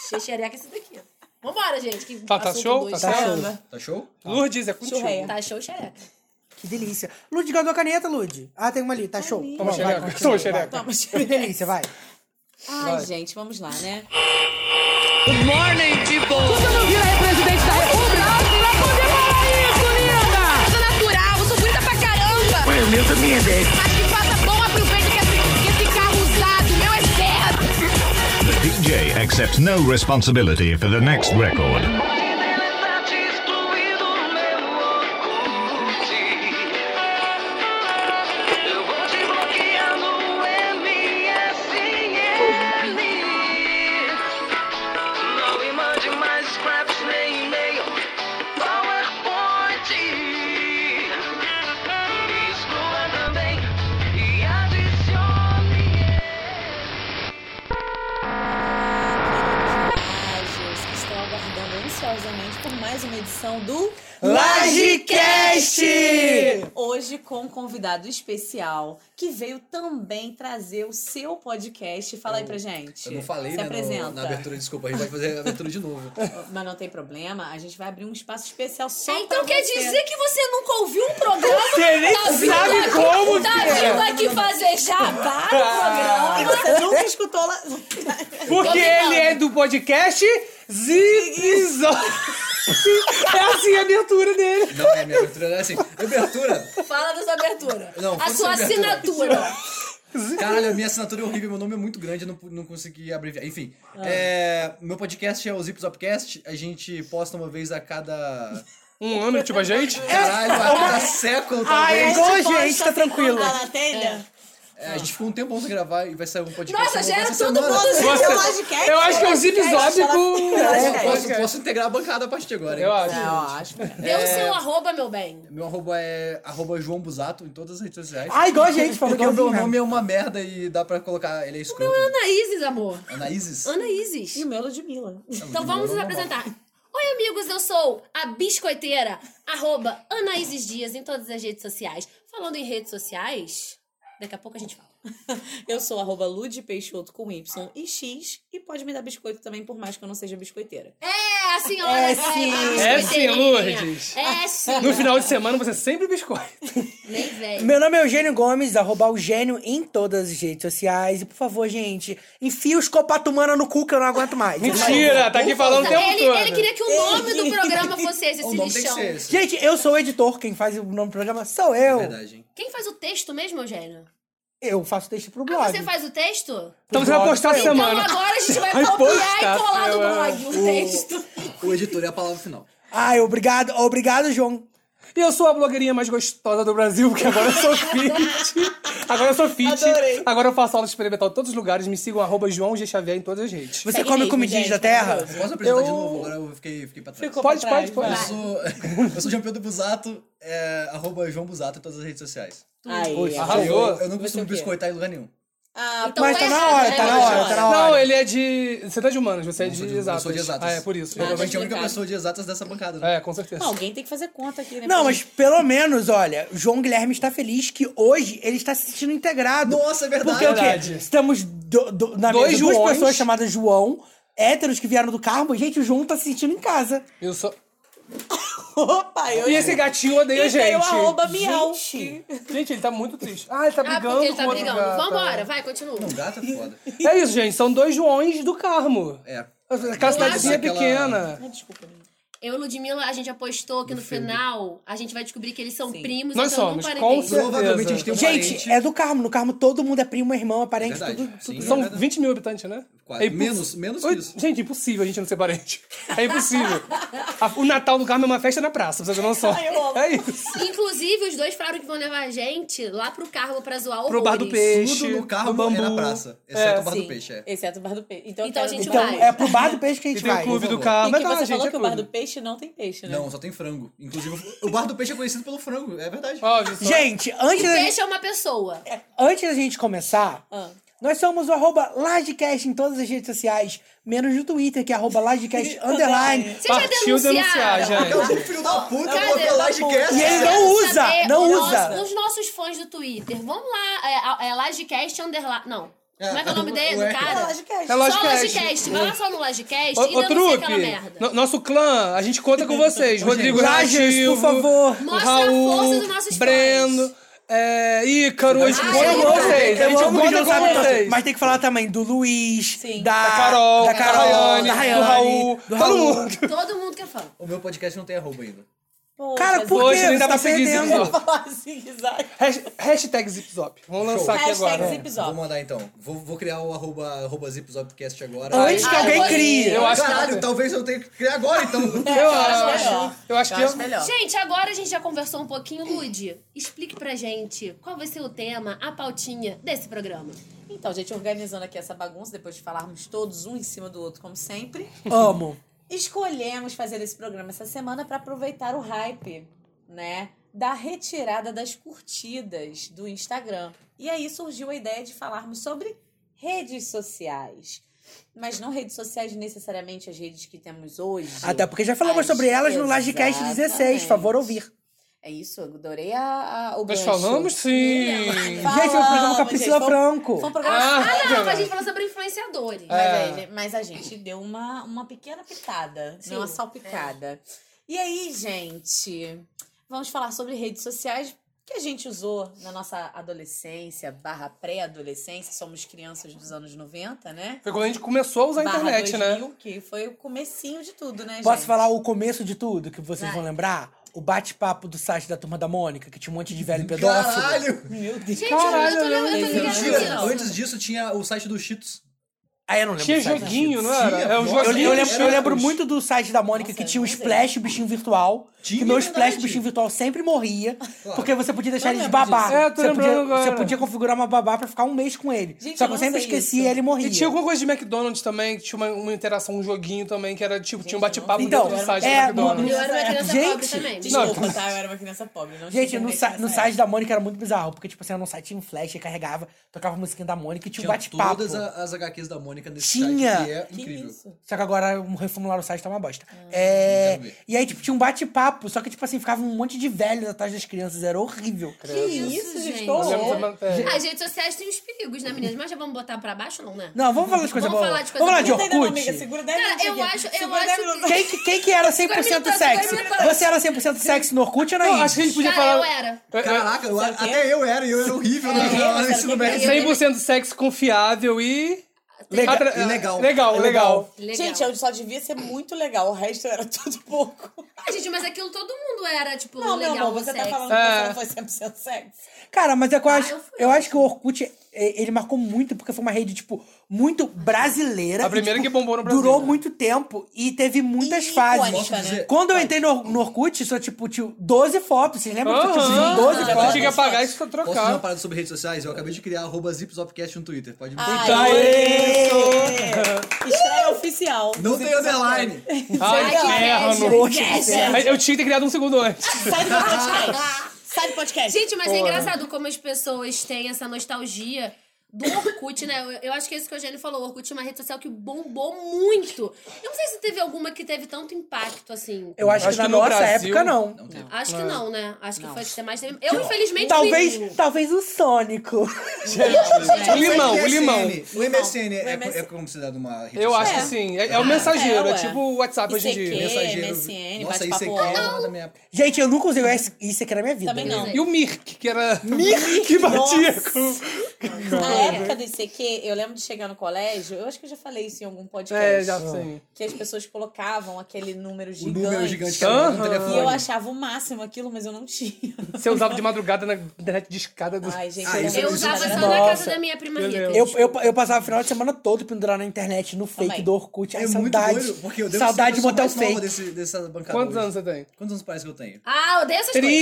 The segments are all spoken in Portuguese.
Xexereca esse daqui. Vambora, gente. Que Tá show? dois. Tá show? Lourdes, é contigo. Churreia. Tá show, xereca. Que delícia. Lud, ganhou a caneta, Lud. Ah, tem uma ali, tá show. Toma Vai, xereca. continua, Toma vai. xereca. Toma, Que delícia, vai. Ai, gente, vamos lá, né? Good morning, people! Você não vira aí presidente da República? Vai poder falar isso, linda! Eu sou natural, eu sou bonita pra caramba! Ué, o meu também é 10. Mas que faça bom aproveito que esse carro usado, o meu é certo! The DJ accepts no responsibility for the next record. Que estão aguardando ansiosamente por mais uma edição do LajeCast! Hoje com um convidado especial que veio também trazer o seu podcast. Fala aí pra gente. Eu não falei, Se né, apresenta. na abertura, desculpa, a gente vai fazer a abertura de novo. Mas não tem problema, a gente vai abrir um espaço especial só pra Então quer você. dizer que você nunca ouviu um programa? Você nem sabe como Tá que é. vindo aqui fazer jabá no programa? Você nunca escutou lá. Porque ele é do podcast Zipzó. É assim a abertura dele. Não, é minha abertura, é assim. Abertura. Fala da sua abertura. Não, A foda-se sua a abertura. assinatura. Caralho, a minha assinatura é horrível, meu nome é muito grande, eu não consegui abreviar. Enfim, meu podcast é o Zipzopcast, a gente posta uma vez a cada... Um ano, tipo a gente? Caralho, a cada século, Ai, talvez. igual a gente, tá tranquilo. Tá na telha? A gente ficou um tempão sem gravar e vai sair um podcast. Nossa, já era essa todo semana. mundo. Nossa, É o LajeCast. eu acho que é o Zipzop com... Posso integrar a bancada a partir de agora, hein? Eu acho. Eu acho. Dê o seu arroba, meu bem. Meu arroba é @João Busato em todas as redes sociais. Ah, igual a gente, falou Porque o meu igualzinho nome é uma merda e dá pra colocar, ele é escroto. Ana Isis, amor. Anaíses? Ana Isis. E o meu é Ludmilla. Então vamos nos apresentar. Oi, amigos, eu sou a biscoiteira, @Ana Isis Dias em todas as redes sociais. Falando em redes sociais, daqui a pouco a gente fala. Eu sou @Lud Peixoto com Y e X. E pode me dar biscoito também, por mais que eu não seja biscoiteira. É, a senhora É sim. É sim, Lourdes. É sim. No final de semana você sempre biscoita. Nem velho. Meu nome é Eugênio Gomes, @Eugênio em todas as redes sociais. E por favor, gente, enfia os copatumana no cu que eu não aguento mais. Mentira, tá aqui falando o tempo todo. Ele queria que o nome do programa fosse esse O nome tem que lixão. ser esse. Gente, eu sou o editor, quem faz o nome do programa sou eu. Verdade, hein? Quem faz o texto mesmo, Eugênio? Eu faço texto pro Ah, blog. você faz o texto? Então você vai postar essa Então semana. agora a gente vai Vai copiar postar, e colar no eu blog o texto. O editor é a palavra final. Ai, obrigado, João. E eu sou a blogueirinha mais gostosa do Brasil, porque agora eu sou fit. Agora eu sou fit. Adorei. Agora eu faço aula experimental em todos os lugares. Me sigam @João G. Xavier em todas as redes. Você Segue come mesmo, comidinhas gente, da terra? maravilhoso. Posso apresentar de novo? Agora eu fiquei pra trás. Ficou Pode, pra trás, pode. vai. Eu sou João Pedro Busato, @João Busato em todas as redes sociais. Aí, Arrasou. Eu não Você costumo o quê? biscoitar em lugar nenhum. Ah, Então Mas tá na errado, hora, né, tá na Eugênio? hora, tá na hora. Não, ele é de... Você tá de humanas, você é de Eu exatas. sou de exatas. Ah, é por isso. Provavelmente a única explicado. pessoa de exatas dessa bancada, né? É, com certeza. alguém tem que fazer conta aqui, né? Não, pra mas gente- pelo menos, olha, o João Guilherme está feliz que hoje ele está se sentindo integrado. Nossa, é verdade. Porque o quê? Verdade. Estamos na Dois mesa duas Joões. pessoas chamadas João, héteros que vieram do Carmo. Gente, o João tá se sentindo em casa. Eu sou... Opa, eu E esse gatinho odeia a E tem gente. o @miau. Gente. Gente, ele tá muito triste. Ah, ele tá Ah, brigando porque ele tá com outro brigando. gato. Vambora, vai, continua. Não, gato é foda. É isso, gente. São 2 Joões do Carmo. É. Aquela cidadezinha Aquela- pequena. Ai, desculpa, menina. Eu e Ludmilla, a gente apostou que no final a gente vai descobrir que eles são Sim. primos, Nós então somos, não com parentes. certeza. Provavelmente a gente tem um Gente, parente. é do Carmo. No Carmo todo mundo é primo, irmão, é parente, Verdade, tudo. sim. São Verdade. 20 mil habitantes, né? Quase. imposs- Menos que Oi, isso. Gente, impossível a gente não ser parente. É impossível. O Natal do Carmo é uma festa na praça, pra você ter noção. Ai, eu amo. É isso. Inclusive, os dois falaram que vão levar a gente lá pro Carmo pra zoar o Pro Bar do Peixe. Tudo no carro no bambu. é na praça. Exceto o bar do Sim, peixe, é. exceto o Bar do Peixe. Então, Então a quero- gente Então, vai. é pro Bar do Peixe que a E gente tem o vai. clube do favor. Carmo. E Mas que tá, você gente, falou é que o Bar do clube. Peixe não tem peixe, né? Não, só tem frango. Inclusive, o bar do peixe é conhecido pelo frango, é verdade. Óbvio, só. Gente, antes da, Peixe é uma pessoa. antes da gente começar, nós somos o @LajeCast em todas as redes sociais, menos no Twitter, que é @LajeCast _. Vocês já Partiu denunciar, denunciaram? gente. O filho da puta Cadê? falou que é Lagecast. E ele Quero não usa, saber não os usa. nossos- Os nossos fãs do Twitter, vamos lá, Lagecast _. Não. Como é que é o nome dele, do cara? É Lagecast. É Lagecast. Só Lagecast. Vai lá só no Lagecast e Ô, denuncia Trupe, aquela merda. nosso clã, a gente conta com vocês. Rodrigo Lages, Relativo, por favor. o Mostra a Raul, força dos nossos Breno, fãs. Ícaro, a gente conta eu com amo, vocês. A Eu gente amo que conta não com sabe vocês. tanto. Mas tem que falar também do Luiz, da Carol, da da Rayane, Rayane, do Raul, do todo Raul. mundo. Todo mundo que é fã. O meu podcast não tem arroba ainda. Poxa, Cara, por Poxa, que nem você dá tá pra seguir perdendo? Zip Zop. falar zigue-zague. Hashtag ZipZop. Vamos lançar aqui Hashtag agora. ZipZop. Vou mandar então. Vou criar o arroba ZipZopcast agora. Antes que alguém crie. Eu acho Caralho, que... talvez eu tenha que criar agora, então. Eu acho que... melhor. Gente, agora a gente já conversou um pouquinho. Lud, explique pra gente qual vai ser o tema, a pautinha desse programa. Então, gente, organizando aqui essa bagunça, depois de falarmos todos um em cima do outro, como sempre, Amo. escolhemos fazer esse programa essa semana para aproveitar o hype, né, da retirada das curtidas do Instagram. E aí surgiu a ideia de falarmos sobre redes sociais. Mas não redes sociais necessariamente as redes que temos hoje. Até porque já falamos sobre elas no Lagecast 16, favor ouvir. É isso, eu adorei o Nós gancho. falamos sim. Gente, foi um programa com a Priscila Franco. Foi um programa... Não, a gente falou sobre influenciadores. Mas a gente deu uma pequena pitada, né? Uma salpicada. E aí, gente, vamos falar sobre redes sociais que a gente usou na nossa adolescência, /pré-adolescência. Somos crianças dos anos 90, né? Foi quando a gente começou a usar a internet, 2000, né? que foi o comecinho de tudo, né, Posso gente? falar o começo de tudo, que vocês vão lembrar? O bate-papo do site da Turma da Mônica, que tinha um monte de velho pedófilo. Caralho! Meu Deus. Gente, Caralho, eu tô ligada Mentira, nisso. antes disso tinha o site do Cheetos. Aí eu não lembro. Tinha do site. joguinho, não era? Tinha, É um nossa, joguinho. Eu lembro muito do site da Mônica que tinha o Splash, o bichinho virtual. Tinha, que meu verdade. Splash, o bichinho virtual, sempre morria. Porque você podia deixar Eu ele de lembro babá. disso. É, tô lembrando agora. Você podia configurar uma babá pra ficar um mês com ele. Gente, Só eu que eu não sempre sei esquecia isso. e ele morria. E tinha alguma coisa de McDonald's também, que tinha uma interação, um joguinho também, que era tipo, tinha um bate-papo Então, dentro do site é, do McDonald's. Eu era uma criança Gente, pobre também. Desculpa, tá? Eu era uma criança pobre. Não Gente, tinha no internet nessa site da Mônica era muito bizarro. Porque, tipo assim, era um site tinha um flash, carregava, tocava a musiquinha da Mônica e tinha um bate-papo. todas as HQs da Mônica nesse Tinha. site, que é época. Que incrível. isso? Só que agora reformularam o site, tá uma bosta. quero ver. E aí, tipo, tinha um bate-papo. Só que, tipo assim, ficava um monte de velhos atrás das crianças. Era horrível. Que isso, gente? gente? Que horror. As redes sociais têm os perigos, né, meninas? Mas já vamos botar pra baixo ou não, né? Não, vamos falar de coisa Vamos boa. falar de coisa Vamos falar de boa. Não tem não, Orkut. amiga. Segura 10 Cara, minutos eu aqui. acho Segura 10 que- minutos. Quem que era 100% sexy? Você era 100% sexy no Orkut ou não? Eu acho que a gente podia Cara, falar... eu era. Caraca, Sabe o quê? até eu era horrível no sabe ensino o quê? médio. 100% sexo confiável e... Legal. Legal. Legal. Legal. Gente, eu só devia ser muito legal. O resto era tudo pouco. Ah, gente, mas aquilo todo mundo era, tipo, Não, meu legal, amor, você tá sexy. falando que você não foi 100% sexy? Cara, mas é que eu fui. acho que o Orkut, ele marcou muito, porque foi uma rede, tipo, muito brasileira. A primeira e, tipo, que bombou no Brasil. Durou muito tempo e teve muitas E fases. icônica, né? Quando eu entrei no Orkut, só, tipo, tinha 12 fotos. Vocês lembram que tinha Aham. 12 Eu fotos? tinha que apagar isso pra Posso dizer trocar. uma parada sobre redes sociais? Eu acabei de criar @ZipZopcast no Twitter. Pode me Estreia oficial. Não tem underline. Ai, que inferno. Eu tinha que ter criado um segundo antes. Sai do podcast. Sai do podcast. Gente, mas é engraçado como as pessoas têm essa nostalgia do Orkut, né? Eu acho que é isso que o Eugênio falou. O Orkut é uma rede social que bombou muito. Eu não sei se teve alguma que teve tanto impacto, assim. Eu acho que na no nossa Brasil- época, não. Acho que não, né? Acho que foi a que mais teve. Eu, infelizmente, Talvez o Sônico. O limão. O MSN é considerado uma rede Eu social? acho que sim. É o mensageiro, É, é ué. tipo o WhatsApp hoje em dia. ICQ, Mensageiro. MSN, Nossa, bate-papo ICQ era UOL. uma da minha época. Gente, eu nunca usei isso aqui na minha vida. Também não. E o Mirk, que era... que batia com... Na época do ICQ, eu lembro de chegar no colégio, eu acho que eu já falei isso em algum podcast. É, já sei. Que as pessoas colocavam aquele número O gigante. número gigante que era no telefone. E eu achava o máximo aquilo, mas eu não tinha. Você usava de madrugada na internet de escada do... Ai, gente, isso- Eu usava só Nossa. na casa da minha prima rica. Eu passava o final de semana todo pendurado na internet, no fake Também. do Orkut. Ai, É muito saudade. doido, porque eu devo Saudade de ser a motel pessoa mais fake. nova dessa bancada. Quantos hoje. anos você tem? Quantos anos parece que eu tenho? Ah, odeio essas coisas.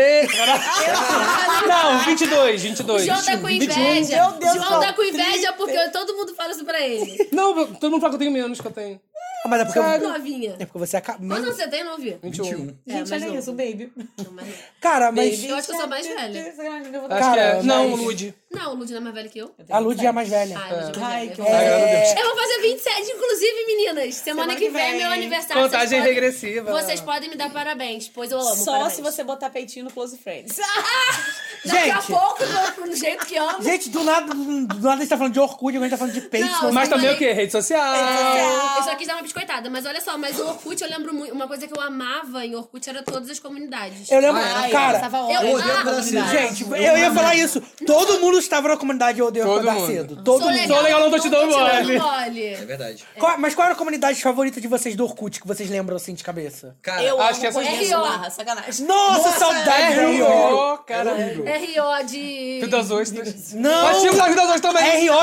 30... Não, 22. O João tá com 21. inveja. Meu Deus, João tá não. com inveja porque todo mundo fala isso pra ele. Não, todo mundo fala que eu tenho menos que eu tenho. Ah, mas é porque, Novinha. é porque você acaba. Quantos anos você tem, não vi? 21. Gente, mas olha não. isso, baby. Não, mas... Cara, mas Eu acho que eu sou mais velha. Acho Cara, que é. Não, mas- o Lud. Não, o Lud não é mais velha que eu. a Lud é a mais velha. Ah, Lud é mais Ai, velha. que Ai, meu Deus. Eu vou fazer 27, inclusive, meninas. meninas, semana que vem é meu aniversário. Contagem vocês podem- regressiva. Vocês podem me dar parabéns, pois eu amo. Só parabéns. se você botar peitinho no Close Friends. Daqui a Gente. pouco, do jeito que amo. Gente, do nada a gente tá falando de Orkut, agora a gente tá falando de peito. Não, Mas também falei- o quê? Rede social. Eu só quis dar uma biscoitada, mas olha só, mas o Orkut eu lembro muito. Uma coisa que eu amava em Orkut era todas as comunidades. Eu lembro, Ai, cara, passava eu- horas ah, na comunidade. gente, eu ia falar isso. Todo mundo estava na comunidade Eu Odeio Todo Acordar mundo. Cedo. Todo Sou mundo. Sou legal, não tô te dando mole. mole. É verdade. Mas qual era a comunidade favorita de vocês do Orkut, que vocês lembram assim de cabeça? Cara, Eu Acho amo que essa- conheço R.O. barra, sacanagem. Nossa, saudade do R.O. R.O., cara. R.O. de... Rio das Ostras. Não! Mas tinha o Rio das Ostras também. R.O.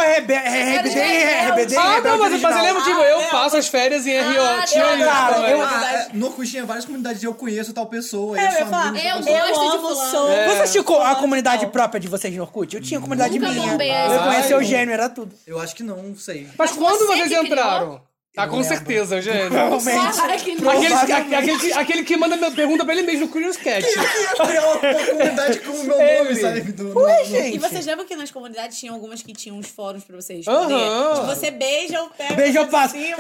RBD, Ah, não, mas eu lembro, tipo, eu é, passo as férias em R.O. Tinha eu- isso cara, também. no Orkut tinha várias comunidades de eu conheço tal pessoa. É, eu sou ia falar, amigo eu dessa pessoa. gosto de amo, fulano. sou... Você tinha a Fulano, comunidade tal. própria de vocês no Orkut? Eu tinha a comunidade Nunca minha. bombei Eu essa. conheci Ai, o Eugênio, era tudo. Eu acho que não sei. Mas quando você vocês que criou? entraram? Ah, com certeza, gente. Provavelmente. Cara, que Aquele que manda pergunta pra ele mesmo no Curious Cat. Eu criei uma comunidade com o meu nome, Ele. sabe? Ué, E gente. vocês lembram que nas comunidades tinham algumas que tinham uns fóruns pra você responder? Aham. Tipo, você beija ou pega. Beijo eu passo. cima.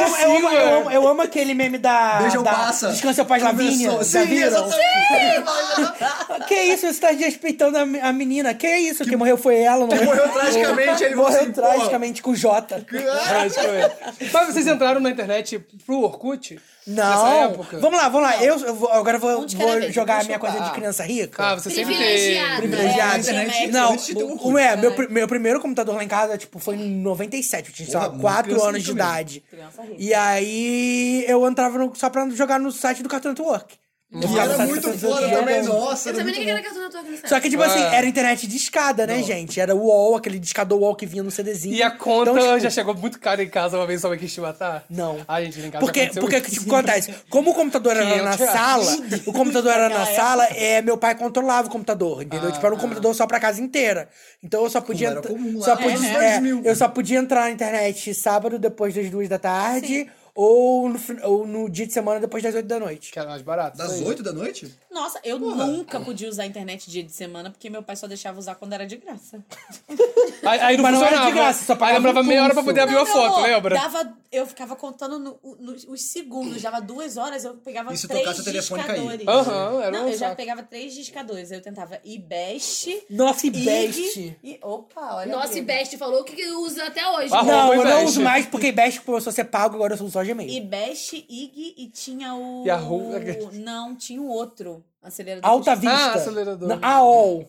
Eu amo aquele meme da. Beijo eu da passa. Descansa eu paz Lavínia. Começou. Já Sim, viram? exatamente. Que isso? Você tá desrespeitando a menina. Que isso? Que morreu foi ela, não Morreu tragicamente, ele falou Morreu assim, pô. tragicamente com o Jota. Mas vocês entraram na internet pro Orkut? Nessa Não. época? Vamos lá. Agora eu vou Um de cada vez, jogar a deixa minha eu coisa de falar. criança rica. Ah, você sempre Privilegiada. teve. Privilegiada. internet Não, antes de ter o Orkut. meu primeiro computador lá em casa, tipo, foi em 97. Eu tinha, sei lá, Porra, 4 criança anos de também. idade. Criança rica. E aí eu entrava só pra jogar no site do Cartoon Network. E era muito foda também, nossa. Eu Era também muito nem bom. era Cartoon Network nessa Só que, tipo assim, Ah. era internet de escada, né, gente? Era o UOL, aquele discador UOL que vinha no CDzinho. E a conta Então, tipo, já chegou muito cara em casa uma vez, só quis te matar? Não. Ai, gente, lá em casa Porque aconteceu o que isso. tipo, acontece? Como o computador era na 500 sala, o computador era na Naquela sala, meu pai controlava o computador, entendeu? Tipo, era um computador só pra casa inteira. Então eu só podia... era comum lá só nos podia anos 2000. eu só podia entrar na internet sábado depois das 2 da tarde ou no dia de semana depois das 8 da noite. Que era mais barato. Das isso aí. 8 da noite? Nossa, eu nunca podia usar a internet dia de semana, porque meu pai só deixava usar quando era de graça. Aí não Mas não era de funcionava. graça, só Aí pagava lembrava um meia hora pra pulso. poder abrir uma Não, foto, amor, lembra? eu ficava contando os segundos, dava 2 horas, eu pegava E se 3 tocasse o telefone, caía. discadores. Aham, era Não, um eu já saco. pegava 3 discadores, aí eu tentava IBEST, Nossa, e IG, Best. e... Opa, olha Nossa, aí. e Best falou o que usa até hoje. Ah, Não, Arroba eu e não Best. uso mais porque Best começou a ser pago, agora eu sou só Gmail. IBEST, IG e tinha o... Yahoo. Não, tinha um outro acelerador. Alta de- Vista. Ah, acelerador. Não, AOL.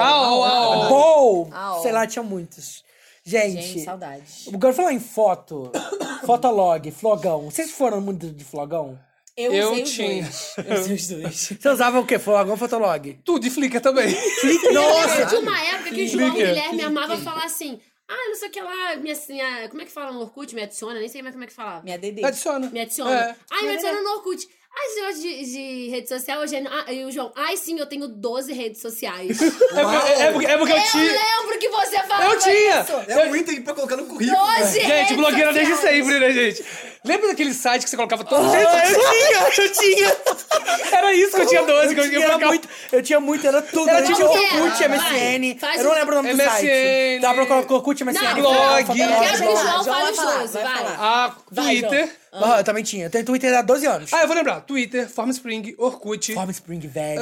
Ah, Bol. AOL. Sei lá, tinha muitos. Gente, Gente, saudades. agora falar em foto, Fotolog, Flogão. Vocês foram muito de Flogão? Eu usei os tinha. dois. Eu usei os dois. Você usava o quê? Flogão ou Fotolog? Tudo, e Flickr também. Nossa! De uma época que o João Flickr. Guilherme amava falar assim... Ah, não sei o que lá, minha... Como é que fala no Orkut? Me adiciona? Nem sei mais como é que falava. Minha DD. Adiciona. Me adiciona. É. Ai, me adiciona no Orkut. Ai, esse negócio de rede social, Eugênio. Ah, e o João. Ai, sim, eu tenho 12 redes sociais. É porque eu tinha. lembro que você falava Eu tinha! isso. É um item pra colocar no currículo. 12 Gente, redes blogueira desde sociais. sempre, né, gente? Lembra daquele site que você colocava todos os Eu tinha! Era isso que eu tinha 12, que eu tinha colocava. Eu tinha muito, era tudo. Era Era tipo tipo Orkut, Orkut, vai. MSN. Faz Eu não um- lembro o nome do MSN. site. Dá pra colocar Orkut, MSN. Não, blog. Eu quero que o João João fale vai os falar, 12, vai vai. falar. Ah, Vai, Twitter. Eu também tinha. Eu tenho Twitter há 12 anos. Ah, eu vou lembrar. Twitter, Formspring, Orkut, Form Spring, velho.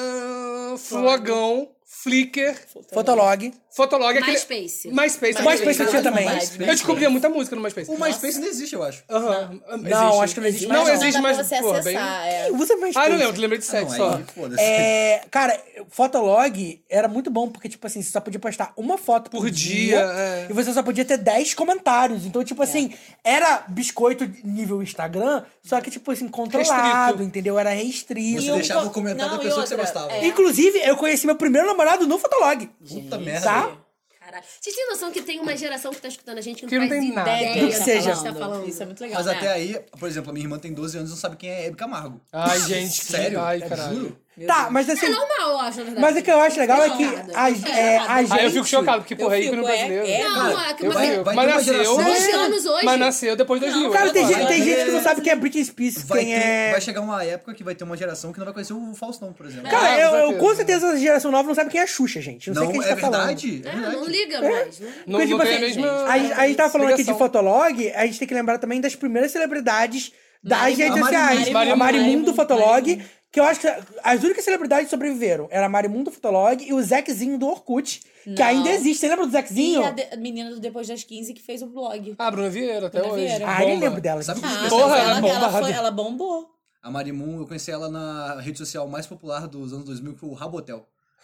Flogão, Flickr, Fotolog. Fotolog. aquele- MySpace. MySpace. MySpace eu tinha também. Eu descobria muita música no MySpace. O MySpace ainda existe, eu acho. Aham. Não, Existe. acho que não existe Não mais. existe dá mais, pra você porra, acessar, Quem usa MySpace? Ah, eu não lembro, lembrei de 7 Não, só. aí, foda-se. Cara, Fotolog era muito bom, porque, tipo assim, você só podia postar uma foto por dia, é. e você só podia ter 10 comentários. Então, tipo assim, era biscoito nível Instagram, só que, tipo assim, controlado, Restrito. entendeu? Era restrito. Você deixava o comentário da pessoa que você gostava. Inclusive, eu conheci meu primeiro namorado no Fotolog. Puta merda. Tá? Caralho. Vocês têm noção que tem uma geração que tá escutando a gente que Que não não faz tem nada. ideia Do que seja. que tá falando. Isso é muito legal, Mas né? até aí, por exemplo, a minha irmã tem 12 anos e não sabe quem é Hebe Camargo. Ai, gente. Sério? Ai, É, caralho. juro. Tá, mas assim. É normal, eu acho, na verdade. Mas o que eu acho legal é que Chocada. a gente. Aí eu fico chocado, porque, porra, é ícone fico, brasileiro. Não, é que Eu uma vai- vai Mas ter uma nasceu. geração- 12 anos hoje. Mas nasceu depois de 2000. Cara, tem, agora. gente que não sabe quem é Britney Spears, Vai, quem é. vai chegar uma época que vai ter uma geração que não vai conhecer o Faustão, por exemplo. Cara, Ah, eu com certeza. com certeza a geração nova não sabe quem é a Xuxa, gente. Não, sei Não, quem a é gente tá falando. verdade. É É, não verdade. liga mais, né? Não, Porque, não tipo tem a assim, mesma a gente tava falando aqui de ligação. Fotolog, a gente tem que lembrar também das primeiras celebridades das Marimun. redes A sociais. Marimun. A Marimun do Fotolog, Marimun. que eu acho que as únicas celebridades que sobreviveram era a Marimun do Fotolog e o Zequezinho do Orkut, que Não. ainda existe. Você lembra do E Zequezinho? a menina do Depois das 15 que fez o blog. Ah, Bruna Vieira, até Bruna hoje. Vieira. Ah, eu nem Bomba. lembro dela. Sabe gente. o que Porra, ela ela é bomba. ela bombou. A Marimun, eu conheci ela na rede social mais popular dos anos 2000, que foi o Rabotel.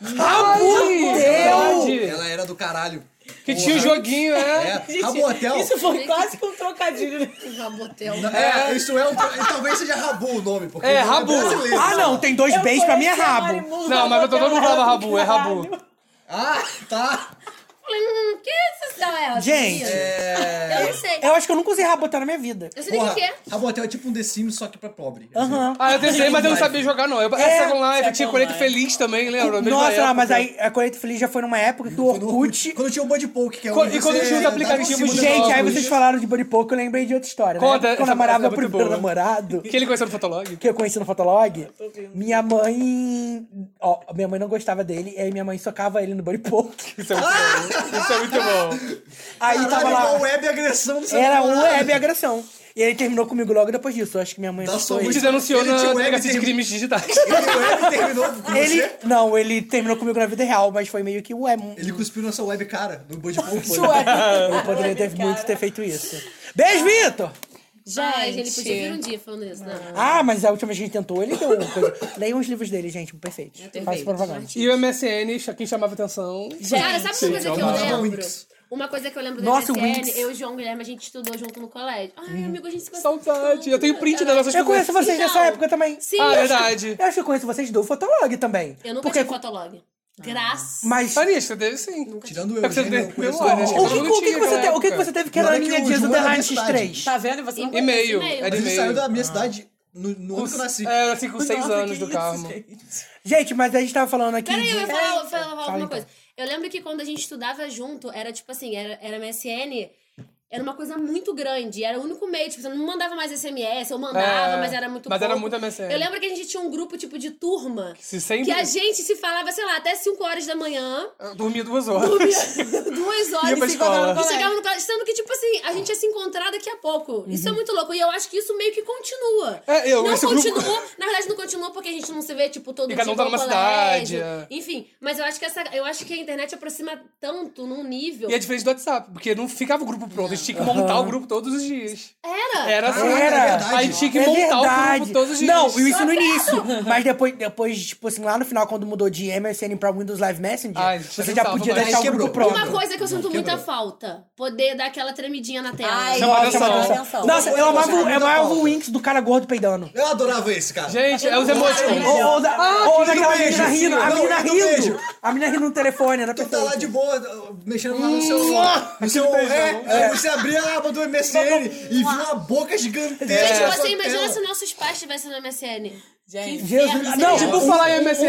Verdade. Ela era do caralho. Que tinha o joguinho, Rabotel. Isso foi quase que um trocadilho. né? Rabotel. Isso é talvez seja Rabu o nome, porque É, o nome Rabu. brasileiro. Ah, não, tem dois Bs pra mim é conheci a rabo. Marimun Não, mas todo mundo falava Rabu, é Rabu. Caralho. Ah, tá. Falei, que sensação é essa? Gente, Eu não sei. eu acho que eu nunca usei Rabotel na minha vida. Eu sei nem o Porra, que é. Rabotel é tipo um The Sims, só que pra pobre. Aham. Ah, eu tentei, mas eu não sabia jogar, não. Second Life, Second tinha Colheita Life. Feliz também, lembra? Mesma Nossa, época. mas aí a Colheita Feliz já foi numa época que o Foi no Orkut... Quando tinha o Buddy Poke, que é E onde quando você tinha os dava aplicativos em cima de do Gente, aí óculos. vocês falaram de Body Poke, eu lembrei de outra história. Né? Conta, Quando eu essa namorava é meu muito primeiro boa. namorado, Que ele conheceu no Fotolog? que eu conheci no Fotolog, minha mãe... Ó, minha mãe não gostava dele, e aí minha mãe socava ele no Body Poke. Isso é muito bom. Isso é muito bom. Aí Caralho, tava lá... uma web agressão do seu Era um namorado. web agressão. E ele terminou comigo logo depois disso. Eu acho que minha mãe Da assustou sua ele. Te denunciou Ele na tinha web delegacia de termi- crimes digitais. Ele web terminou com Ele... você. Não, ele terminou comigo na vida real, mas foi meio que... Ué, Ele cuspiu na sua web cara, no Buddy Poke. eu poderia ter muito ter feito isso. Beijo, Vitor! Ai, ele podia vir um dia falando isso, né? Ah, mas a última vez que a gente tentou, ele deu uma coisa. Leiam os livros dele, gente, perfeitos. Faz propaganda. E o MSN, quem chamava atenção. Cara, sabe uma coisa que eu amava lembro? Winx. Uma coisa que eu lembro do Nossa, o MSN, Winx. eu e o João Guilherme, a gente estudou junto no colégio. Ai, amigo, a gente se conheceu. Saudade. Eu tenho print das nossas Eu conheço conversas. vocês dessa época também. Sim, Ah, eu verdade. Eu acho que eu conheço vocês do Fotolog também. nunca Porque... tive Fotolog. Graças. Mas... Anisha, teve sim. Tirando É eu, que você Eugênio, eu teve conheço memória, o acho João. que O que naquela você época. teve que era Não a é que linha o dias do João The era da Line minha cidade. X3? Tá vendo? Você não conhece E-mail. E-mail. Era Mas ele saiu e-mail. da minha cidade no ano que eu nasci. É, assim, com 6 Nossa, anos que do isso, Carmo. gente. Gente, mas a gente tava falando aqui... Peraí, eu ia falar Fala, alguma então. coisa. Eu lembro que quando a gente estudava junto, era tipo assim, era MSN, era uma coisa muito grande. Era o único meio, tipo, você não mandava mais SMS, eu mandava, mas era muito Mas era pouco. muito MSN. Eu lembro que a gente tinha um grupo, tipo, de turma, Se sempre... que a gente se falava, sei lá, até 5 horas da manhã, Eu dormia 2 horas. dormia 2 Ia horas pra e escola. chegava no colégio. Sendo que, tipo assim, a gente ia se encontrar daqui a pouco. Isso é muito louco. E eu acho que isso meio que continua. Não esse continuou, grupo... na verdade não continuou porque a gente não se vê, tipo, todo E dia cada um no tá numa colégio. cidade, é. Enfim, mas eu acho que a internet aproxima tanto num nível. E é diferente do WhatsApp, porque não ficava o grupo pronto. A gente tinha que montar o grupo todos os dias. Era Assim. Era. Aí tinha que montar o grupo todos os dias. Não, isso no início. Mas depois, tipo assim, lá no final, quando mudou de MSN pra Windows Live Messenger, Ai, você já já tava, podia mas deixar o quebrou. grupo pronto. Uma coisa que eu sinto muita Quebrou. falta. Poder dar aquela tremidinha na tela. Ai, Chama Nossa, atenção. chama atenção. Nossa, eu amava o Winx do cara gordo peidando. Eu adorava esse, cara. Gente, é os emoticons. Ou daquela beijo, menina rindo, a não, menina do rindo. beijo. A menina rindo no telefone, era Tu tá lá perfeito. de boa, mexendo lá no celular. No seu, você abria a aba do MSN e viu uma boca gigantesca. Gente, na você sua imagina tela. se nossos pais estivessem no MSN. Gente, Jesus, não, Tipo, falar em MSN.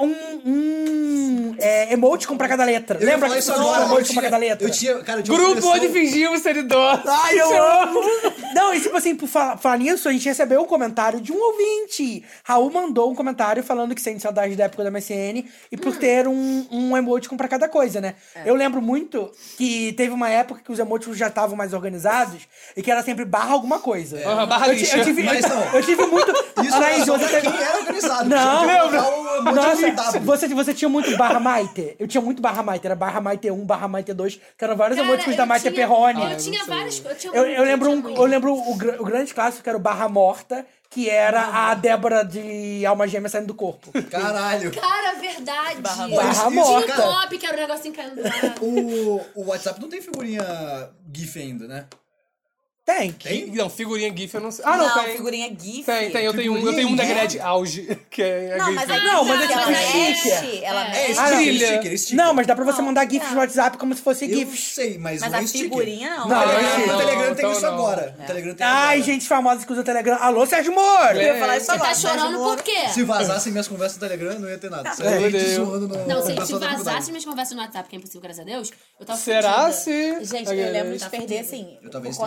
Emoticon pra cada letra. Eu ia Lembra falar que isso você agora. falou emoticon pra cada letra? Eu tinha uma Grupo coleção- onde fingimos ser idosos. Ai, eu amo! Não, e tipo assim, por falar nisso, a gente recebeu um comentário de um ouvinte. Raul mandou um comentário falando que sente saudade da época da MSN e por ter um emoticon pra cada coisa, né? Eu lembro muito que teve uma época que os emoticons já estavam mais organizados e que era sempre barra alguma coisa. Barra lixa. Eu tive muito... Isso Anaís, era só você pra teve- quem era organizado. Não, Tinha que lembra? colocar o emoji Nossa, W. você tinha muito barra Maite. Eu tinha muito barra Maite. Era barra Maite 1, barra Maite 2, que eram vários emoticons da Maite Perrone. Eu tinha várias coisas. Eu lembro o grande clássico, que era o Barra Morta, que era a Débora de Alma Gêmea saindo do corpo. Caralho. Cara, verdade. Barra Isso, morta. cara, Top, que era o negocinho caindo do lado. o WhatsApp não tem figurinha GIF ainda, né? Tem. Tem? Não, figurinha GIF eu não sei. Ah, não, tem. figurinha GIF. Tem, eu tenho um da Gred Auge, que é Não, GIF. mas é Não, mas é ela tipo mexe, sticker. ela É mexe. não. sticker. Não, mas dá pra você mandar GIFs no WhatsApp como se fosse Eu GIFs. sei, mas Mas não é a sticker. figurinha não. Não, O é Telegram, sticker. o Telegram tem Então isso não. agora. O Telegram tem Ai, agora. gente famosa que usa o Telegram. Alô, Sérgio Moro! Eu ia falar isso Você agora. tá chorando por quê? Se vazassem minhas conversas no Telegram, não ia ter nada. Meu Gente Deus. zoando no Não, se pessoal da vazasse faculdade. minhas conversas no WhatsApp, que é impossível, graças a Deus, eu tava Será fudida. se... Gente, eu lembro de perder, assim, Eu talvez por conta do esteja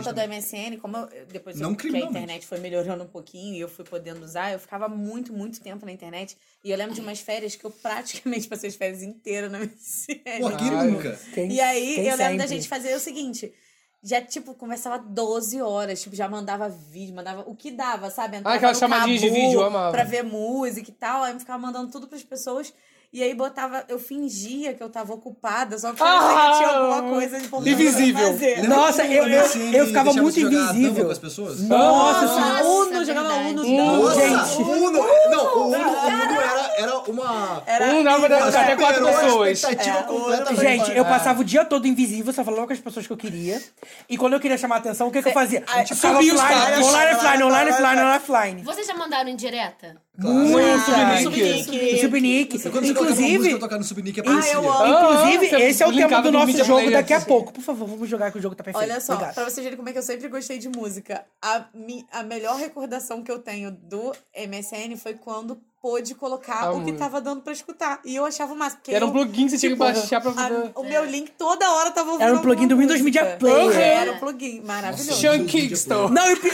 MSN, como depois Não que a criminalmente. internet foi melhorando um pouquinho e eu fui podendo usar, eu ficava muito, muito tempo na internet. E eu lembro de umas férias que eu praticamente passei as férias inteiras na MSN. Pô, quem nunca? E aí, Quem eu lembro da sempre? gente fazer o seguinte... Já, tipo, conversava 12 horas, tipo, já mandava vídeo, mandava o que dava, sabe? Entrava aquelas no chamadinhas de Cabu vídeo, eu amava. pra ver música e tal, aí eu ficava mandando tudo pras pessoas. E aí eu fingia que eu tava ocupada, só pra parecer que tinha alguma coisa importante Invisível. pra fazer. Lembra Nossa, quando eu- o MSN eu ficava deixava muito você jogar invisível. dama com as pessoas? Nossa, Nossa, Uno, é jogava verdade. Uno. Nossa, gente. o Uno... Não, o Uno era uma... Um dava até 4 Era uma pessoas. expectativa completamente... Gente, eu passava o dia todo invisível, só falava com as pessoas que eu queria. E quando eu queria chamar a atenção, o que eu fazia? Ficava subia os offline, caras. online, offline. Vocês já mandaram indireta? Subnick. Subnick. Quando você coloca uma música, eu Inclusive, tocar no Subnick, aparecia. eu amo. inclusive você esse é o tema linkava do no nosso Media jogo Player. daqui a pouco. Por favor, vamos jogar que o jogo tá perfeito. Olha só, Obrigado. pra vocês verem como é que eu sempre gostei de música. A melhor recordação que eu tenho do MSN foi quando pôde colocar o que tava dando pra escutar. E eu achava o máximo. Porque Era um eu, plugin que você tinha que baixar pra a- poder... o meu link toda hora tava ouvindo Era um plugin do alguma Windows música. Media Player. Era um plugin maravilhoso. Sean Kingston. Não, e o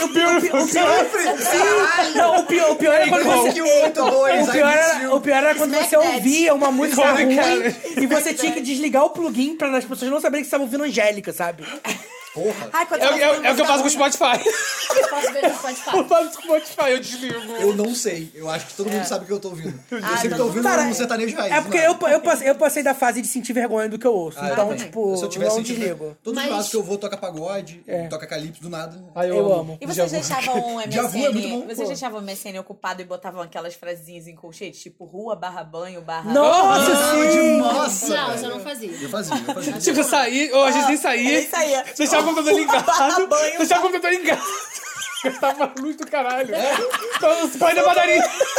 pior era quando você... Que o 82, O pior era quando você Smack ouvia uma música ruim Cara. e você tinha que desligar o plugin pra as pessoas não saberem que você estava ouvindo Angélica, sabe? Porra. Ai, quando É tava o que eu ouvindo faço com o música Spotify. Eu posso ver no Spotify. Eu faço com o Spotify, eu desligo. Eu não sei. Eu acho que todo mundo sabe o que eu tô ouvindo. Eu sempre tô ouvindo Cara, um sertanejo raiz. É porque eu passei da fase de sentir vergonha do que eu ouço. Então, também. tipo, Se eu tivesse não sentido- desligo. Todos Mas- os lados que eu vou toca pagode, toca calypso do nada. Ai, Eu amo. E vocês deixavam o Djavu é muito MSN... bom, Vocês pô. deixavam o MSN ocupado e botavam aquelas frasezinhas em colchete? Tipo, rua, barra banho, barra... Nossa, sim! Nossa, Não, velho. isso eu não fazia. Eu fazia. Tipo, eu saí, ou a gente nem saía. nem saía. Deixava o computador ligado. banho. Deixava o computador ligado. Gastava a luz do caralho. Então, os pais da padaria.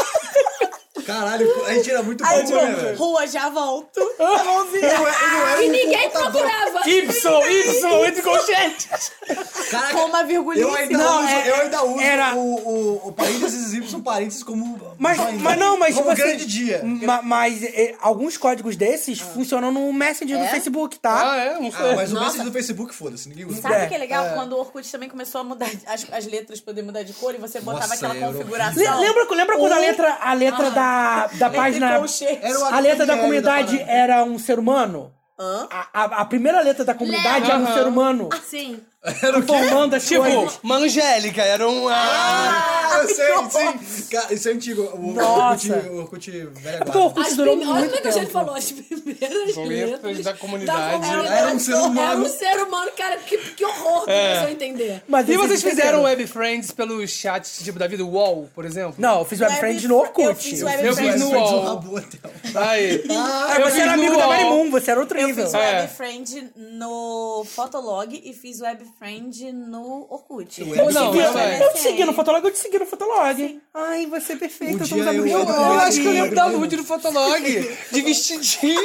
Caralho, a gente era muito bom, Aí, né, tipo, velho? rua, já volto. A mãozinha. E ninguém procurava. Y, entre colchetes. Caraca, Com uma virgulinha. eu ainda Não, uso, é- eu ainda uso era- o parênteses Y parênteses como... Mas não, mas como tipo grande assim, dia. Mas alguns códigos desses funcionam no Messenger do Facebook, tá? Ah, é? Não sei. Ah, mas o Messenger do Facebook, foda-se, ninguém usa. Sabe o que é legal? Quando o Orkut também começou a mudar as letras, poder mudar de cor, e você botava Nossa, aquela era configuração. Lembra quando a letra da página... colchete. Era o A letra da HTML comunidade parada. era um ser humano? Hã? A primeira letra da comunidade era um ser humano. Sim. Era o quê? Informando as Tipo, coisas. Mangélica, era um... Eu sei, sim. Cara, isso é antigo. O Orkut velho Porque o guarda. Orkut durou Olha muito como é que a gente tempo. falou. As primeiras letras da comunidade. Era um ser humano. Era um ser humano, cara. Que horror que a pessoa entender. Mas E esses vocês fizeram esqueceram. web friends pelos chats, tipo, da vida UOL, por exemplo? Não, eu fiz web friend no Orkut. Eu fiz web Eu fiz friend. no Friends UOL. no Rabu até. Aí. Ah, eu você fiz era no amigo da UOL. Marimun, você era outro Eu nível. fiz É. web friend no Fotolog e fiz web friend no Orkut. Web Não, friend. não, é. Eu te segui no Fotolog, eu te segui no Fotolog. Ai, você é perfeita, Um somos dia amigos eu- de Eu verdade. acho que eu lembro da nude do Fotolog. De vestidinho.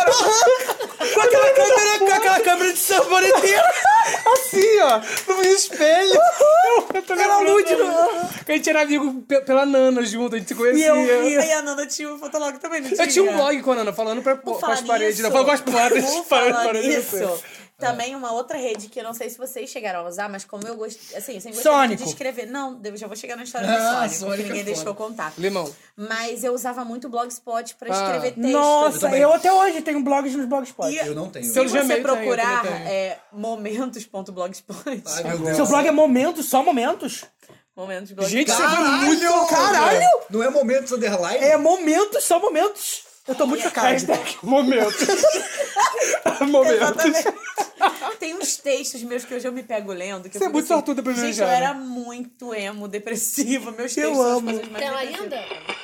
Com aquela câmera de saboneteiro. Assim, ó. No espelho. Eu tô Era lembrando. nude no... Que a gente era amigo pela Nana junto, a gente se conhecia. Aí a Nana tinha o Fotolog também, não tinha? Eu tinha um blog com a Nana, falando com falar as paredes. nisso, Não, falando com as portas. Por falando falar paredes. nisso, também uma outra rede que eu não sei se vocês chegaram a usar, mas como eu gosto, assim, eu sempre gostei muito Sônico. de escrever. Não, eu já vou chegar na história do Ah, Sônico, Sônico que ninguém é deixou eu foda. contar. Limão. Mas eu usava muito o Blogspot pra escrever texto. Nossa, também. eu até hoje tenho blogs nos blogspot. E Eu não tenho. se Pelo você Gmail procurar também, eu também momentos.blogspot, Ai, meu Deus. Seu blog é momentos, só momentos? momentos blogspot. Gente, você foi muito... Caralho! Não é momentos underline? É momentos, só momentos. Eu tô muito chocado. Hashtag momento. Momento. Exatamente. Tem uns textos meus que hoje eu me pego lendo. Que Você eu é fico muito assim, sortuda, gente, eu privilegiada. era muito emo, depressiva. Meus Eu textos são as amo. coisas mais Tem ela depressivas. ainda?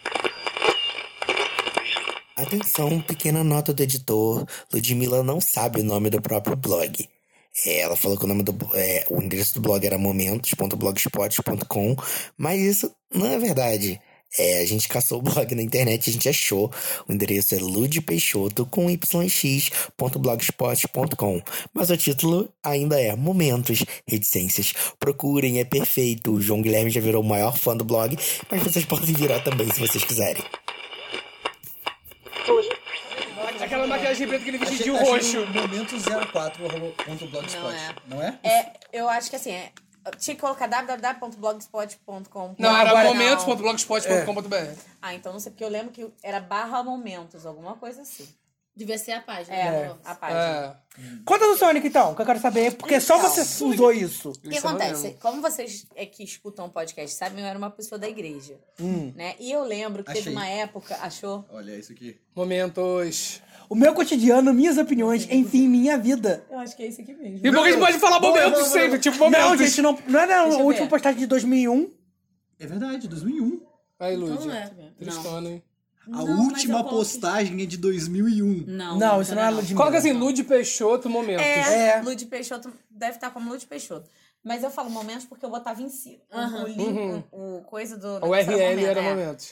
Atenção, pequena nota do editor. Ludmilla não sabe o nome do próprio blog. Ela falou que o nome o endereço do blog era momentos.blogspot.com, mas isso não é verdade. A gente caçou o blog na internet e a gente achou. O endereço é ludpeixoto com yx.blogspot.com. Mas o título ainda é Momentos, Reticências. Procurem, é perfeito. O João Guilherme já virou o maior fã do blog, mas vocês podem virar também se vocês quiserem. Aquela maquiagem preta que ele vestia de Achei roxo. Momento04.blogspot. Não é? Eu acho que assim, tinha que colocar www.blogspot.com. Não, era agora momentos.blogspot.com.br. Ah, então não sei, porque eu lembro que era /momentos, alguma coisa assim. Devia ser a página. A página. Conta do Sonic, então, que eu quero saber, porque só Então, você usou isso. O que acontece? Como vocês que escutam o podcast sabem, eu era uma pessoa da igreja. Né? E eu lembro que teve Achei. uma época... Achou? Olha isso aqui. Momentos. O meu cotidiano, minhas opiniões, enfim, minha vida. Eu acho que é isso aqui mesmo. E porque a gente pode falar momentos sempre, tipo momentos. Não, gente, não era Deixa a eu última ver. postagem de 2001. É verdade, 2001. Aí, Lud. Não é. Tristona, hein? A Não, última mas eu coloquei. postagem é de 2001. Não, isso não é Ludmilla. Coloca assim, Lud Peixoto, momentos. É. Lud Peixoto deve estar como Lud Peixoto. Mas eu falo momentos porque eu botava em cima. O link, o coisa do... O URL era momento. momentos.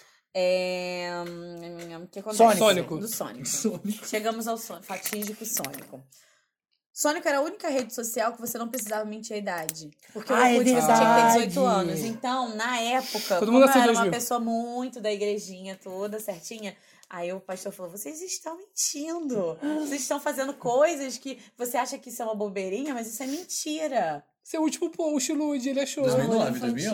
O que acontece? Sônico. Do Sônico. Chegamos ao Sônico. Fatídico Sônico. Sônico era a única rede social que você não precisava mentir a idade. Porque o Orkut você tinha que ter 18 verdade. anos. Então, na época, Todo como mundo eu nasceu em era uma 2000. pessoa muito da igrejinha toda, certinha, aí o pastor falou, vocês estão mentindo. Vocês estão fazendo coisas que você acha que isso é uma bobeirinha, mas isso é mentira. Seu último post, Lud, ele achou. 2009, infantil.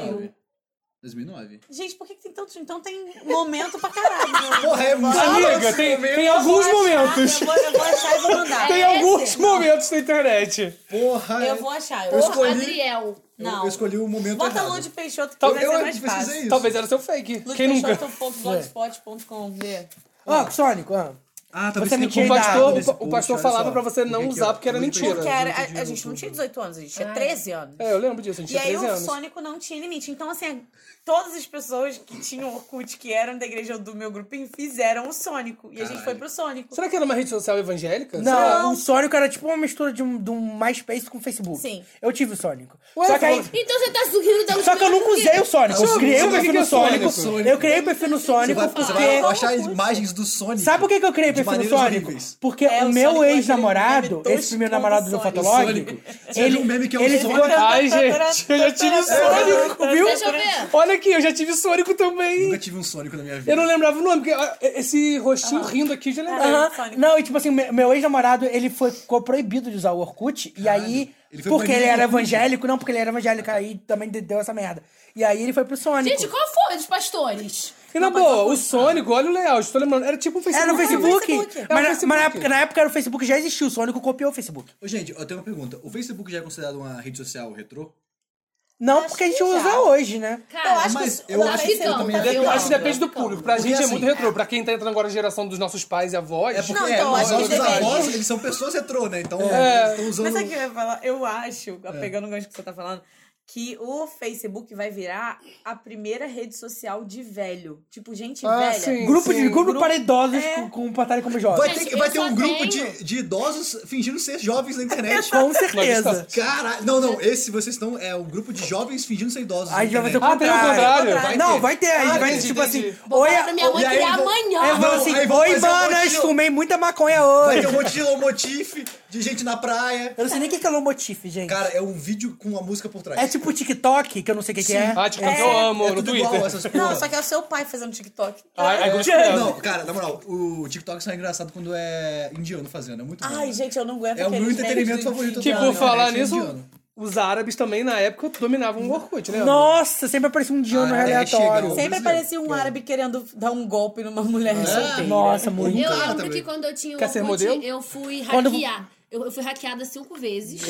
2009. Gente, por que tem tanto? Então tem momento pra caralho. Porra, é muito. Amiga, tem alguns momentos. Eu vou achar e vou mandar. Tem alguns momentos na internet. Porra, Eu vou achar. Eu escolhi- Adriel. Não. Eu escolhi o momento Bota errado. Lud Peixoto que Tal- vai ser Eu mais pesquisei fácil. isso. Talvez era seu fake. Quem nunca? Ludpeixoto.blogspot.com. Ó, Sonic, ó. Ah, Você me O tinha pastor, o pastor falava pra você não usar porque era mentira. Porque a gente não tinha 18 anos, a gente tinha 13 anos. É, eu lembro disso, a gente E tinha aí 13 o anos. Sônico não tinha limite. Então, assim, todas as pessoas que tinham Orkut, que eram da igreja do meu grupinho, fizeram o Sônico. E a gente foi pro Sônico. Será que era uma rede social evangélica? Não, o Sonic era tipo uma mistura de um MySpace com Facebook. Sim. Eu tive o Sonic. Ué, Só que aí... Então você tá sorrindo da Só que eu nunca usei o Sonic. Eu criei o Sabe o que perfil que é no Sonic. Sonic? Eu criei o perfil no Você Sonic vai porque... achar imagens do Sonic. Sabe por que eu criei o de perfil no maneiras Sonic? horríveis. Porque É, o o meu Sonic é ex-namorado, aquele meme esse primeiro namorado do tosco do Fotolog, Sonic. Você viu o meme que é o ele Sonic? ficou... Ai, gente, eu já tive Sônico, viu? Deixa eu ver. Olha aqui, eu já tive Sônico também. Nunca tive um Sonic na minha vida. Eu não lembrava o nome, porque esse rostinho rindo aqui eu já lembrava. Aham. Sonic. Não, e tipo assim, meu ex-namorado, ele ficou proibido de usar o Orkut. E aí, ele foi porque ele banido era do Orkut. evangélico, não, porque ele era evangélico, aí também deu essa merda. E aí ele foi pro Sonic. Gente, qual foi dos pastores? E na boa, o Sônico, olha o layout, tô lembrando, era tipo um Facebook. Era no Facebook. Facebook. Mas na época era o Facebook já existia, o Sonic copiou o Facebook. Ô, gente, eu tenho uma pergunta. O Facebook já é considerado uma rede social retrô? Não, porque a gente que já. usa hoje, né? Cara, Eu acho Mas que eu acho que ficando, também tá depende. Eu acho que ficando. depende do público. Pra Porque gente é assim, muito retrô. Pra quem tá entrando agora a geração dos nossos pais e avós. É porque Não, então, mas acho que nossos deveria. avós, eles são pessoas retrô, né? Então, estão usando... Mas sabe o que eu ia falar? Eu acho, pegando o gancho que você tá falando, que o Facebook vai virar a primeira rede social de velho. Tipo, gente velha. sim. Grupo para idosos É. com portarem como jovens. Vai eu ter um só grupo tenho. de idosos fingindo ser jovens na internet. Com certeza. Caralho. Não. Esse vocês estão... É um grupo de jovens fingindo ser idosos. A gente vai fazer o Ah, tem o contrário. contrário? Não, vai ter. A gente vai, entendi, tipo entendi. assim... Vou Oi, falar pra minha mãe e aí criar vou- amanhã. eu vou Não, assim, aí vou oi, fazer um manas, monte de- fumei muita maconha Vai hoje. ter um monte de lomotif, de gente na praia. Eu não sei nem o que é Lomotif, gente. Cara, é um vídeo com uma música por trás. É tipo TikTok, que eu não sei o que é. Ah, tipo, eu amo no tudo Twitter. igual essas Não, porra. só que é o seu pai fazendo TikTok. Ai, gostei. Não, cara, na moral, o TikTok só é engraçado quando é indiano fazendo. É muito bom. Ai, gente, eu não aguento É o meu aqueles entretenimento memes do favorito. indiano. Que por Não, falar é nisso, indiano. os árabes também na época dominavam o Orkut, né? Nossa, sempre aparecia um indiano Ah, é, aleatório. chega, Sempre brasileiro. aparecia um árabe querendo dar um golpe numa mulher solteira. Nossa, muito. Eu Cara, lembro também. que quando eu tinha o Quer ser Orkut, modelo? eu fui Quando- hackear. Eu fui hackeada 5 vezes.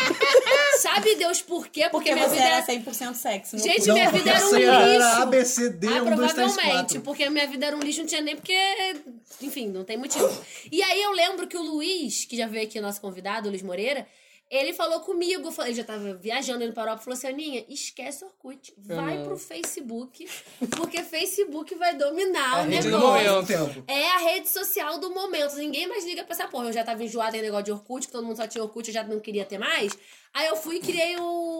Sabe Deus por quê? Porque minha você vida era era... 100% sexy. Gente, Não, minha porque vida era um essa era lixo. ABCD, 1, 2, 3, Provavelmente, 4. porque a minha vida era um lixo, não tinha nem porque... Enfim, não tem motivo. E aí eu lembro que o Luiz, que já veio aqui, nosso convidado, o Luiz Moreira, ele falou comigo, ele já tava viajando, indo para a Europa, falou assim, Aninha, esquece o Orkut, vai pro Facebook, porque Facebook vai dominar o rede do negócio. momento. É a rede social do momento. Ninguém mais liga pra essa porra. Eu já tava enjoada em negócio de Orkut, que todo mundo só tinha Orkut, eu já não queria ter mais. Aí eu fui e criei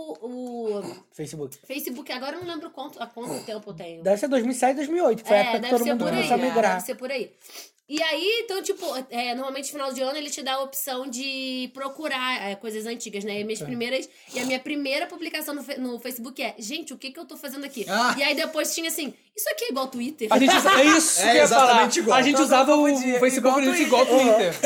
o Facebook. Facebook. Agora eu não lembro há quanto tempo eu tenho. Deve ser 2007, 2008, que foi a época que deve todo ser mundo por aí. começou a migrar. Deve ser por aí. E aí, então, tipo, normalmente no final de ano ele te dá a opção de procurar coisas antigas, né? E a minha primeira publicação no Facebook gente, o que eu tô fazendo aqui? E aí depois tinha assim, isso aqui é igual Twitter. A gente usava, isso que eu ia falar. igual. A gente usava o Facebook igual o Twitter.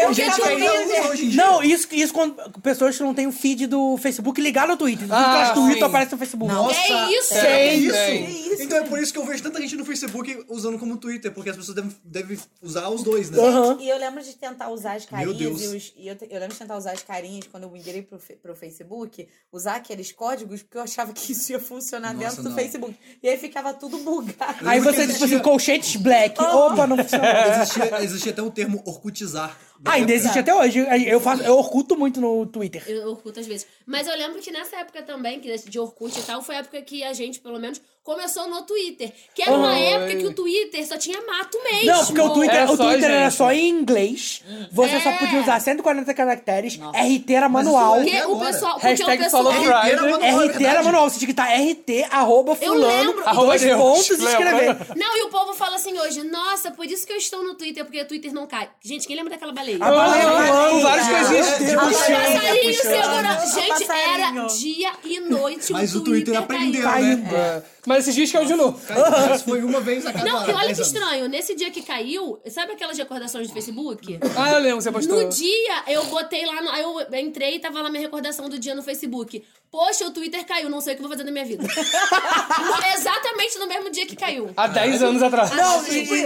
Não, isso quando pessoas que não têm o feed do Facebook ligado ao Twitter. Tudo que elas tweetam aparece no Facebook. Nossa, É isso. é isso. Então é por isso que eu vejo tanta gente no Facebook usando como Twitter, porque as pessoas devem usar os dois, né? E eu lembro de tentar usar as carinhas. Meu Deus. Eu lembro de tentar usar as carinhas quando eu migrei pro Facebook, usar aqueles códigos, porque eu achava que isso ia funcionar dentro do Facebook. E aí ficava tudo bugado. Aí você, tipo assim, colchetes black. Opa, não funcionou. Existia até o termo orcutizar. Ainda existe até hoje. Eu orcuto muito no Twitter. Eu orcuto às vezes. Mas eu lembro que nessa época também, que de Orkut e tal, foi a época que a gente, pelo menos, começou no Twitter. Que era uma época que o Twitter só tinha mato mesmo. Não, porque o Twitter era gente. só em inglês. Você só podia usar 140 caracteres. RT era manual. Porque o pessoal... Hashtag Follow Friday. RT era manual. Você tinha que estar RT, @fulano, lembro. dois pontos e escrever. Não, e o povo fala assim hoje, nossa, por isso que eu estou no Twitter, porque o Twitter não cai. Gente, quem lembra daquela baleia? A baleia Com várias coisinhas de Passarinho puxando. segurando. Gente, era dia e noite. Mas o Twitter aprendeu, né? Mas esses dias caiu de novo. Mas foi uma vez a cada Não, e olha 10 que anos. estranho. Nesse dia que caiu, sabe aquelas recordações do Facebook? Ah, eu lembro, você postou. No dia, eu botei lá, aí eu entrei e tava lá minha recordação do dia no Facebook. Poxa, o Twitter caiu, não sei o que eu vou fazer da minha vida. Exatamente no mesmo dia que caiu. Há 10 anos atrás. Não,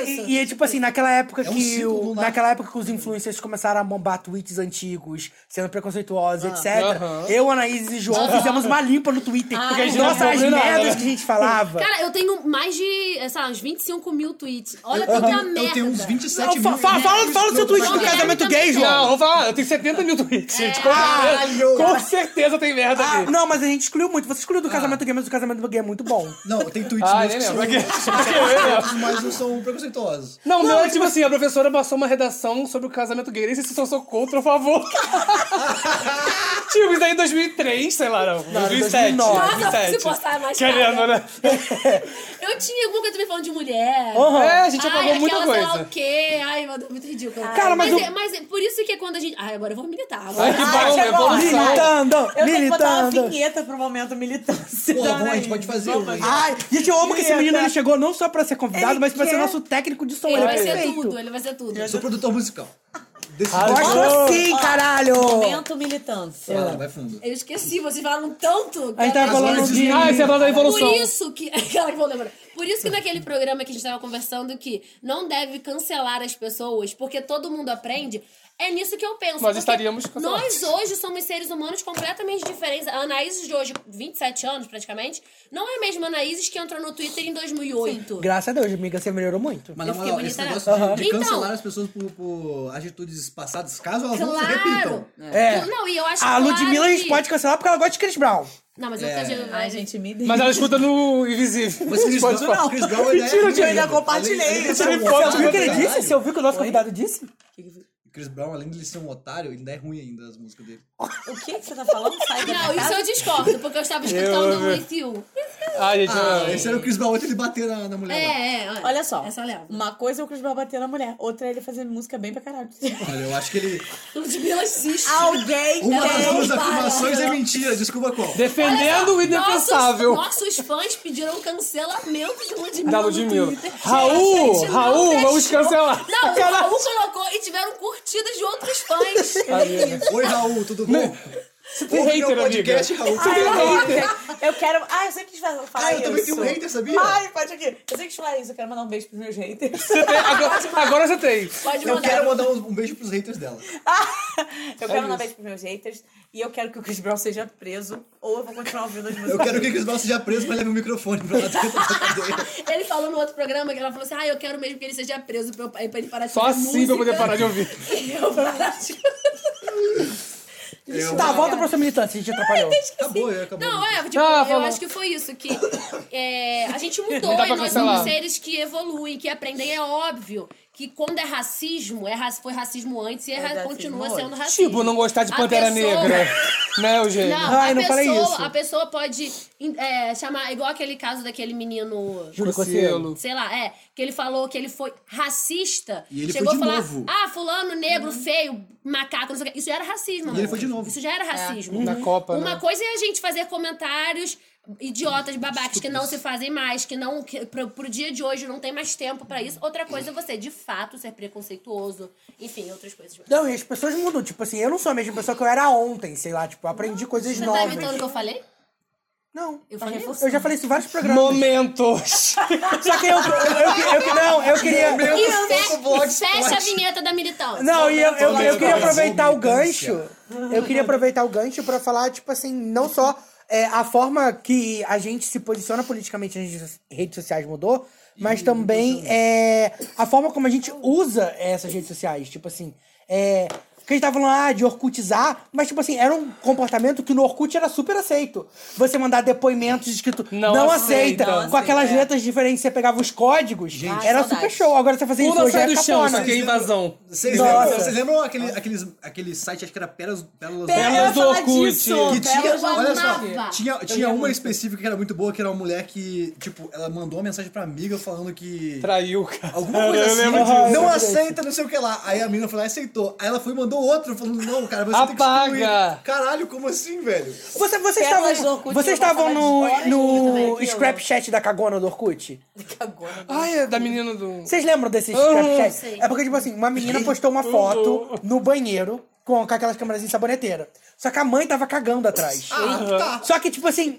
e tipo assim, naquela época ciclo, naquela época que os influencers começaram a bombar tweets antigos, sendo preconceituosos, etc. Eu, Anaís e João fizemos uma limpa no Twitter. Porque a gente nossa, as merdas que a gente falava. Cara, eu tenho mais de, sei lá, uns 25 mil tweets. Olha tanta merda. Eu tenho uns 27 mil. Fala do seu tweet do casamento gay, João. Não, vou falar, eu tenho 70 mil tweets, gente. Com certeza tem merda aqui. Não, mas a gente excluiu muito. Você excluiu do casamento gay, mas o casamento gay é muito bom. Não, tem tweets nem meus que lembro. são mas não são preconceituosos. Não, o meu é tipo assim, a professora passou uma redação sobre o casamento gay. Nem sei se eu sou contra ou a favor. Tipo, isso daí em 2003, sei lá, não. 2007. Nossa, se postar mais querendo, né? Eu tinha alguma coisa também falando de mulher. A gente apagou muita aquela, coisa. Sei lá o quê. Ai, meu Deus, muito ridículo. Cara, mas por isso que é quando a gente... Ai, agora eu vou militar. Ai, que bom, evolução. Militando, Eu tenho que botar uma militando. vinheta pro momento militância. Pô, bom, a gente pode fazer. Ai, gente, eu amo que esse menino ele chegou não só pra ser convidado, mas pra ser nosso técnico de som. Ele Ele é vai ser perfeito. tudo, ele vai ser tudo. Eu sou produtor musical. Gosto sim, caralho! Momento militância. Vai fundo. Eu esqueci, vocês falaram tanto. A gente tava falando de... Ah, você é falando da evolução. Por isso que... Aquela que vou lembrar. Por isso que naquele programa que a gente tava conversando que não deve cancelar as pessoas, porque todo mundo aprende, é nisso que eu penso. Nós estaríamos cancelados. Nós hoje somos seres humanos completamente diferentes. A Anaíses de hoje, 27 anos praticamente, não é a mesma Anaíses que entrou no Twitter em 2008. Graças a Deus, amiga, você melhorou muito. Mas Eu na fiquei moral, esse bonita, negócio né? de Então- cancelar as pessoas por atitudes passadas, caso elas não se Claro! repitam. Não, e eu acho A Ludmilla claro a gente que... pode cancelar porque ela gosta de Chris Brown. Não, mas eu Ai, gente, me Mas ela escuta no Invisível. Mas Chris Pode Brown, falar. Chris Brown ainda Mentira, é eu ainda compartilhei. Além de ser um Você Você ouviu o que ele otário, disse? Você ouviu o que o nosso convidado disse? Chris Brown, além de ele ser um otário, ele ainda é ruim ainda as músicas dele. O que você tá falando? Sai da Não, minha isso casa. eu discordo, porque eu estava escutando With You. Ah, gente, Esse era o Chris Brown antes de ele bater na mulher. lá. Olha Olha só, Essa eu levo. uma coisa é o Chris Brown bater na mulher, outra é ele fazer música bem pra caralho. Olha, eu acho que ele... Ludmilla assiste. Alguém Uma das tem duas para, afirmações é não. mentira, desculpa qual. defendendo o indefensável. Nossos fãs pediram cancelamento de Ludmilla Da no Ludmilla. Twitter. Raul, A gente não Raul, deixou. vamos cancelar. Não, o Raul colocou e tiveram curtidas de outros fãs. Oi, Raul, tudo bom? Você tem Ouve meu hater, podcast, amiga. Raul. Eu quero... eu sempre quis falar Ah, eu isso. também tenho um hater, sabia? Ai, pode aqui. Eu sempre quis falar isso, eu quero mandar um beijo pros meus haters. Você tem, agora você tem. Pode Eu mandar. quero mandar um beijo pros haters dela. Eu quero mandar um beijo pros meus haters e eu quero que o Chris Brown seja preso ou eu vou continuar ouvindo as músicas. Eu quero que o Chris Brown seja preso, mas leve o microfone pra lá dentro da cadeia. Ele falou no outro programa que ela falou assim: eu quero mesmo que ele seja preso pra ele parar de Só fazer assim pra eu poder música. parar de ouvir. Eu parar de... Tá, volta pra sua militância, a gente atrapalhou. Acabou, acabou. Não, tipo, Ah, eu falou. acho que foi isso, que a gente mudou Não dá e pra nós cancelar. somos seres que evoluem, que aprendem, é óbvio que quando é racismo, foi racismo antes e continua sendo racismo. Tipo, não gostar de Pantera Negra, né, Eugênio? Não, não falei isso. A pessoa pode chamar, igual aquele caso daquele menino... Júlio Cossielo. Sei lá, que ele falou que ele foi racista. E ele chegou foi de a falar, novo. fulano negro, feio, macaco, não sei o que. Isso já era racismo, E ele foi de novo. Isso já era racismo. Na Copa, Uma né? coisa é a gente fazer comentários idiotas, babacas, que não se fazem mais, que pro dia de hoje não tem mais tempo pra isso. Outra coisa é você, de fato, ser preconceituoso. Enfim, outras coisas. Não, e as pessoas mudam. Tipo assim, eu não sou a mesma pessoa que eu era ontem, sei lá. Tipo, eu aprendi coisas Você novas. tá imitando o que eu falei? Não. Eu falei Eu já falei isso em vários programas. Momentos. Só que eu queria... E fecha a vinheta da militância. Não, e eu queria aproveitar o gancho. Eu queria aproveitar o gancho pra falar, tipo assim, não só a forma que a gente se posiciona politicamente nas redes sociais mudou, mas também a forma como a gente usa essas redes sociais. Tipo assim, porque a gente tava falando de orkutizar, mas tipo assim, era um comportamento que no Orkut era super aceito. Você mandar depoimentos escrito não aceita, com aquelas letras diferentes, você pegava os códigos, era super show. Agora você fazer isso Pula, hoje sai é do chão, cafona. isso aqui é invasão. Vocês lembram aquele site, acho que era Pérolas Pérolas do Orkut. Que tinha, olha amava. só, tinha uma específica que era muito boa, que era uma mulher que, tipo, ela mandou uma mensagem pra amiga falando que... Traiu, cara. Alguma coisa Eu lembro assim, disso. não aceita, não sei o que lá. Aí a menina foi lá e aceitou. Aí ela foi e mandou outro, falando, não, cara, você tem que excluir. Caralho, como assim, velho? Vocês estavam no scrap chat da cagona do Orkut? É da menina do... Vocês lembram desse scrap chat? É porque, tipo assim, uma menina postou uma foto no banheiro com aquelas câmeras em saboneteira. Só que a mãe tava cagando atrás. Só que, tipo assim...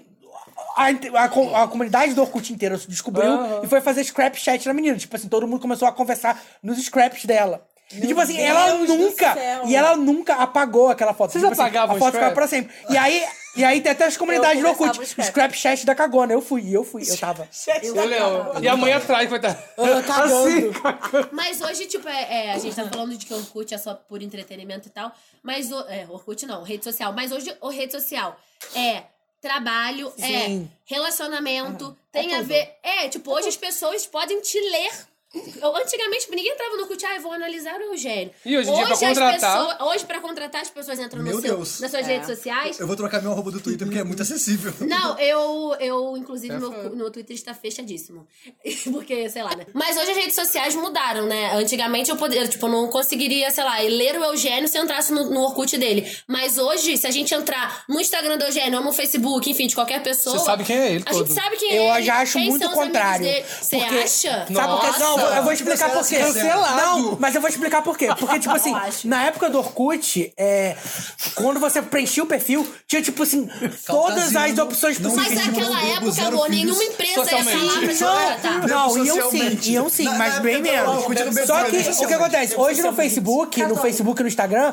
A comunidade do Orkut inteira descobriu e foi fazer scrap chat na menina. Tipo assim, todo mundo começou a conversar nos scraps dela. E tipo assim, ela nunca apagou aquela foto. Vocês tipo assim, apagavam a foto o ficava scrap? pra sempre. E aí tem até as comunidades do Orkut. Scrap chat da cagona. Eu tava. Eu lembro. E a mãe atrás vai estar... Cagando. Mas hoje, tipo, a gente tá falando de que o Orkut é só por entretenimento e tal. Mas Orkut não, rede social. Mas hoje o rede social trabalho, relacionamento, tem a ver... tipo, hoje as pessoas podem te ler. Antigamente, ninguém entrava no Orkut, eu vou analisar o Eugênio. E hoje em dia, pra contratar... Hoje, pra contratar, as pessoas entram nas suas redes sociais. Eu vou trocar meu arroba do Twitter, porque é muito acessível. Não, eu inclusive, meu Twitter está fechadíssimo. Porque, sei lá, né? Mas hoje as redes sociais mudaram, né? Antigamente eu não conseguiria, sei lá, ler o Eugênio se eu entrasse no Orkut dele. Mas hoje, se a gente entrar no Instagram do Eugênio ou no Facebook, enfim, de qualquer pessoa... Você sabe quem é ele A gente sabe quem é Eu ele. já acho Quem muito são os contrário. amigos dele. Você acha? Sabe por quê? Não, eu vou explicar por quê. Cancelado. Não, mas eu vou explicar por quê. Porque, tipo assim, na época do Orkut, quando você preenchia o perfil, tinha, tipo assim, todas as opções possíveis. Mas naquela época, amor, nenhuma empresa ia falar pra te contratar. Não, iam sim, mas bem menos. Só que, o que acontece? Hoje no Facebook e no Instagram,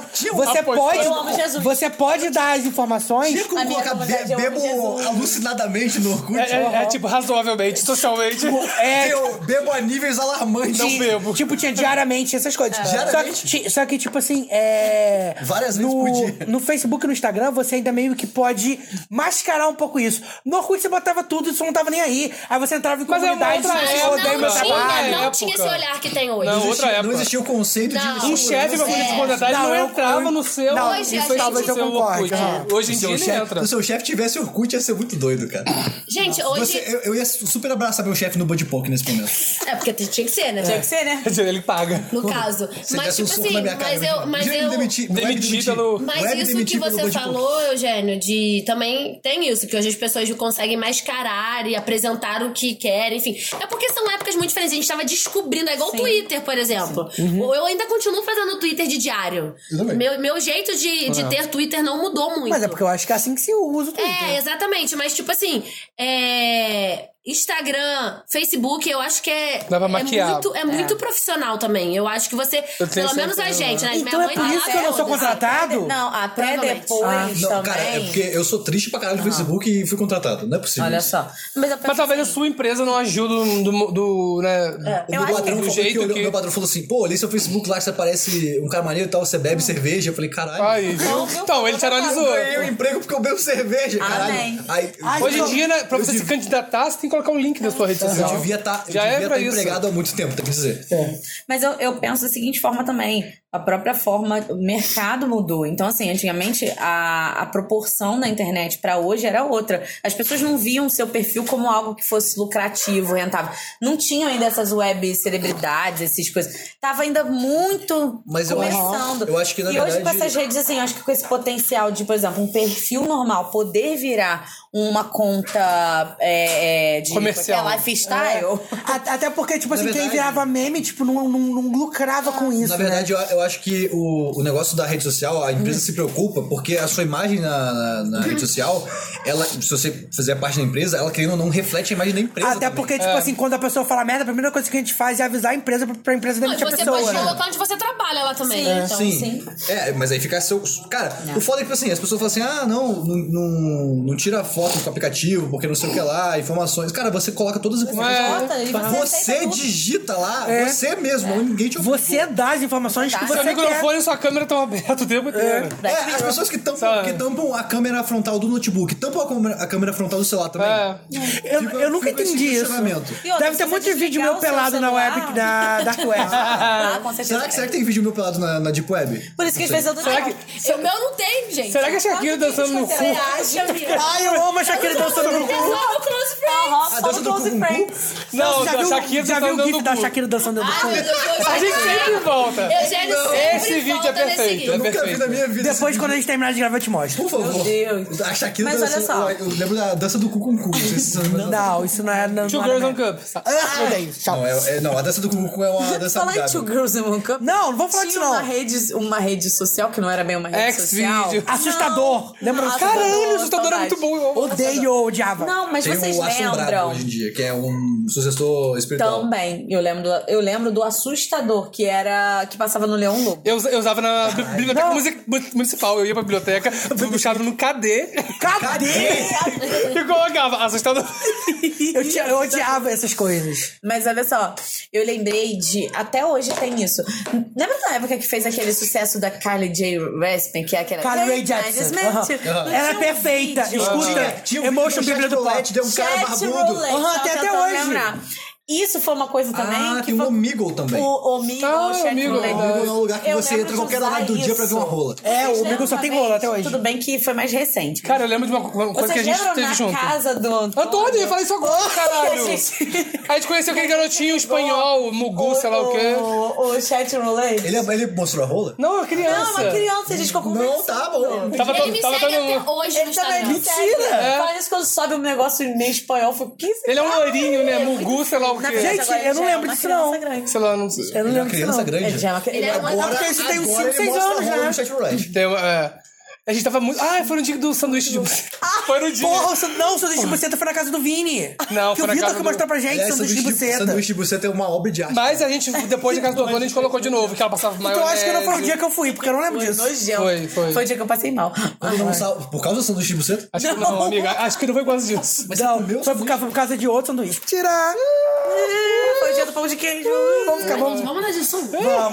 você pode dar as informações... Tinha como colocar bebo alucinadamente no Orkut? Tipo, razoavelmente, socialmente. Eu bebo a níveis alarmantes. Não bebo. Tipo, tinha diariamente essas coisas. Só que, tipo assim, várias vezes por dia. No Facebook e no Instagram, você ainda meio que pode mascarar um pouco isso. No Orkut você botava tudo e você não tava nem aí. Aí você entrava em comunidades Não tinha esse olhar que tem hoje. Não, outra época. Não existia o conceito de... Um chefe pra poder te contratar, ele não entrava no seu... Não, Hoje isso talvez eu concorde. Hoje em dia ele entra. Se o seu chefe tivesse Orkut, ia ser muito doido, cara. Gente, hoje... Eu ia super abraçar meu chefe no Budpoke nesse momento. Porque tinha que ser, né? Tinha que ser, né? Quer dizer, ele paga. No caso. Mas, tipo assim, Mas isso que você falou, Eugênio, também tem isso, que hoje as pessoas conseguem mascarar e apresentar o que querem, enfim. É porque são épocas muito diferentes. A gente tava descobrindo, é igual o Twitter, por exemplo. Eu ainda continuo fazendo Twitter de diário. Meu jeito de ter Twitter não mudou muito. Mas é porque eu acho que é assim que se usa o Twitter. Exatamente. Mas, tipo assim, Instagram, Facebook, eu acho que muito profissional também. Eu acho que você, pelo menos a gente, né? Então é por isso que eu não sou contratado? Não, até depois não, também. cara, é porque eu sou triste pra caralho do Facebook e fui contratado. Não é possível. Olha isso. só. Mas talvez a sua empresa não ajude né? O meu patrão falou assim, pô, olhei seu Facebook lá, você aparece um cara maneiro e tal, você bebe cerveja. Eu falei, caralho. Então, ele te analisou. Eu ganhei um emprego porque eu bebo cerveja, caralho. Hoje em dia, né, pra você se candidatar, você tem que colocar um link da sua rede social. Eu devia estar empregado há muito tempo, tem que dizer. Mas eu penso da seguinte forma também. A própria forma, o mercado mudou. Então, assim, antigamente a proporção da internet pra hoje era outra. As pessoas não viam seu perfil como algo que fosse lucrativo, rentável. Não tinham ainda essas web celebridades, essas coisas. Tava ainda muito começando. Eu acho que, na verdade... E hoje, com essas redes, assim, eu acho que com esse potencial de, por exemplo, um perfil normal poder virar uma conta de comercial, lifestyle. Até porque, tipo assim, quem virava meme, tipo, não lucrava com isso. Na verdade, eu acho que o negócio da rede social, a empresa se preocupa porque a sua imagem na rede social, ela, se você fizer parte da empresa, ela querendo ou não reflete a imagem da empresa. Até também. porque, tipo assim, quando a pessoa fala merda, a primeira coisa que a gente faz é avisar a empresa pra empresa demitir a pessoa. Você pode colocar onde você trabalha lá também. Sim. Mas aí fica seu... Cara, o foda é que, assim, as pessoas falam assim, não tira foto com o aplicativo, porque não sei o que lá, informações. Cara, você coloca todas as informações. Você digita lá, você mesmo, ninguém te obriga. Você dá as informações que você seu quer. microfone e sua câmera estão abertas o tempo inteiro. As pessoas que tampam a câmera frontal do notebook, tampam a câmera frontal do celular também. Eu nunca entendi isso. Deve ter muito vídeo meu pelado na web, na Dark Web. Será que tem vídeo meu pelado na Deep Web? Por isso que às vezes eu não O meu não tem, gente. Será que a Shakira dançando no cu? Ai, eu amo a Shakira dançando no cu. A dança do cu. Não, a Shakira já viu o dançando gif no da cu. Shakira dançando no cu? A gente sempre volta. Esse vídeo é perfeito. Eu nunca vi na minha vida. Depois, quando a gente terminar de gravar, eu te mostro. Por favor. Meu Deus. A Shakira Mas olha só. Eu lembro da dança do cu com cu. Não sei se vocês lembram. Não, isso não é... Two Girls One Cup. Odeio. Tchau. Não, a dança do cu com cu é uma dança Falar em Two amigável. Girls in One Cup. Não vou falar disso, Tinha não. uma rede social que não era bem uma rede social. Xvideo. Assustador. Lembra? Caralho, o assustador é muito bom. Odeio, odiava. Não, mas Tem vocês o Assombrado lembram? hoje em dia, que é um sucessor espiritual. Também. Eu lembro do Assustador, que passava no Leão Lobo. Eu usava na biblioteca municipal. Eu ia pra biblioteca, puxava no KD. Cadê? E colocava assustador. Eu odiava essas coisas. Mas olha só, eu lembrei de... Até hoje tem isso. Lembra da época que fez aquele sucesso da Carly J. Raspin, que é aquela... Carly Rae Jepsen. Ela é perfeita. Escuta, Tinha um Emotion vídeo Bíblia do Roulette, deu um cara barbudo. Até hoje. Isso foi uma coisa também que tem o Omegle também. O Omegle, o chat Omegle. roulette. O Omegle é um lugar que Eu você lembro entra de qualquer usar horário do dia pra ver uma isso. rola. O Omegle só tem rola até hoje. Tudo bem que foi mais recente. Cara, eu lembro de uma coisa que a Vocês gente lembram teve na junto. casa do Antônio, ia falar isso agora, caralho. A gente conheceu aquele garotinho espanhol, Mugu, sei lá o quê. O chat roulette. Ele mostrou a rola? Não, a criança. Não, uma criança, a gente ficou conversando. Não, tá bom. Ele me segue até hoje no Ele também Instagram. me segue. Fala isso quando sobe um negócio em espanhol. Eu fico, Ele é um loirinho, né? Mugu, sei lá o quê. Gente, eu não lembro disso, não. Sei lá, não sei. Eu não lembro disso, Criança não. grande. Ele já é uma Ele é uma Agora, Porque isso tem uns agora 5, ele 6 mostra a anos rola já. no chat roulette. Tem a gente tava muito... foi no dia do sanduíche de buceta. Foi no dia. Porra, o sanduíche de buceta foi na casa do Vini. Não, que foi o na Vitor casa que do- mostrou pra gente Aliás, sanduíche de buceta. sanduíche de buceta é uma obra de arte. Mas a gente, depois da casa do Antônio, a gente colocou de novo, que ela passava Então eu maionese. acho que não foi o dia que eu fui, porque eu não lembro Foi disso. nojento. Foi. o dia que eu passei mal. Por causa do sanduíche de buceta? Acho que não, amiga. Acho que não foi por causa disso. Não, foi por causa de outro sanduíche. Tirar. Foi o dia do pão de queijo. Vamos na disso.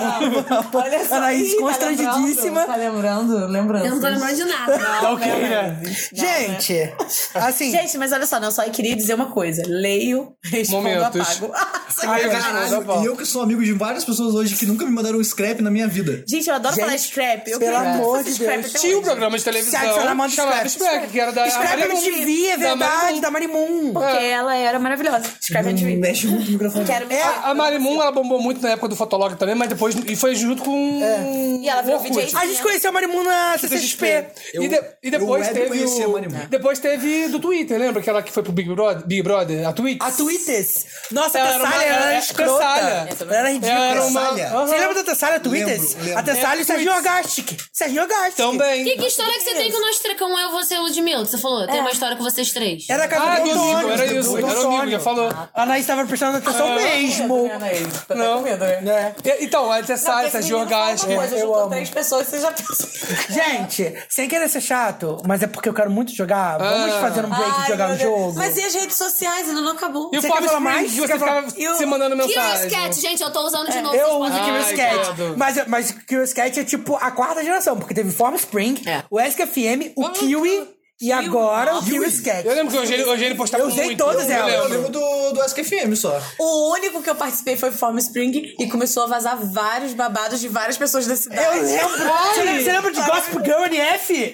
Olha só. Anaís Ih, constrangidíssima. Tá lembrando? Eu não tô lembrando de nada. Tá ok, né? Gente, assim... Gente, mas olha só, eu só queria dizer uma coisa. Leio, respondo, Momentos. apago. Caralho, e eu que sou amigo de várias pessoas hoje que nunca me mandaram um scrap na minha vida. Gente, eu adoro Gente, falar scrap. Eu pelo queria amor fazer de scrap Deus. até Tinha um hoje. programa de televisão Se adicionar, manda chamado Scrap. Scrap, que era da Scrap Marimun. MTV, é verdade, da Marimun. Porque ela era maravilhosa. Scrap MTV. Mexe muito no microfone. Quero me A Marimun, ela bombou muito na época do Fotolog também, mas depois... E foi junto com... E ela virou Orkut. VJ. A gente conheceu a Marimun na CCXP. E depois eu teve conheci a o... Marimun. Depois teve do Twitter, lembra? Aquela que foi pro Big Brother? A Twitch? A Twitters. Nossa, a Ela era Tessália uma- era é, escrota. Tessália. Ela era ridícula. Era uma... Tessália. Aham. Você lembra da Tessália, Twitters? Lembro. A Tessália e o Serginho Orgastic. Serginho Orgastic. Também. Que história que você tem com nós três, com eu, você e o Ludmilla? Você falou, tem uma história com vocês três. Era a casa do do amigo, Antônio. era isso. do Era o amigo, Antônio. já falou. A Anaís estava prestando atenção mesmo. Não. Né? Então, a Tessália, Serginho Orgastic. Eu amo. 3 pessoas, você já pensou. Gente, sem querer ser chato, mas é porque eu quero muito jogar. Vamos fazer um break Ai, de jogar meu um Deus. jogo. Mas e as redes sociais? Ainda não acabou. E o Você Fábio quer falar Spring, mais? que Você você quer falar- ficava se mandando mensagem. Curious Cat, gente, eu tô usando de novo. Eu vocês uso podem- Curious Ai, Cat. credo. Mas Curious Cat é tipo a 4ª geração, porque teve Form Spring, o Ask FM, o Kiwi E agora o Kill Sketch. Eu lembro que o Eugênio postava muito. Eu usei todas elas. Eu lembro do AskFM só. O único que eu participei foi o Form Spring e começou a vazar vários babados de várias pessoas da cidade. Eu lembro. Você lembra de Gossip Girl NF?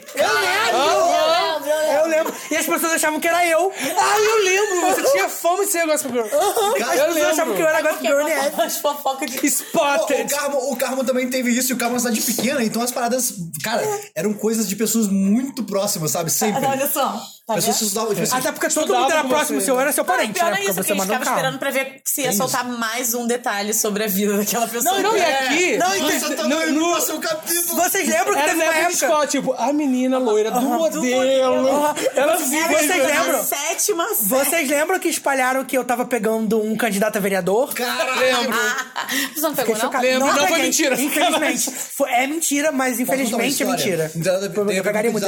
Eu lembro. E as pessoas achavam que era eu. Eu lembro. Você tinha fome de ser Gossip Girl. As pessoas achavam que eu era Gossip Girl NF. As fofocas de... Spotted. O Carmo também teve isso, e o Carmo é uma cidade pequena, então as paradas, cara, eram coisas de pessoas muito próximas, sabe? Sempre. Olha só. Pessoas que estudavam. Até porque todo mundo era próximo seu, era seu parente, Pior né? é isso, Porque que a gente mandou ficava esperando pra ver se ia soltar mais um detalhe sobre a vida daquela pessoa. Não, e aqui... No próximo capítulo. Vocês lembram que Era teve na uma época de época... escola, tipo, a menina loira do modelo. Ela fica... Vocês lembram? Sétima série. Vocês lembram que espalharam que eu tava pegando um candidato a vereador? Lembro. Você não pegou, não? Chocado. Lembro. Não, foi peguei. mentira. Infelizmente. É mentira, mas infelizmente é mentira. Eu pegaria muito.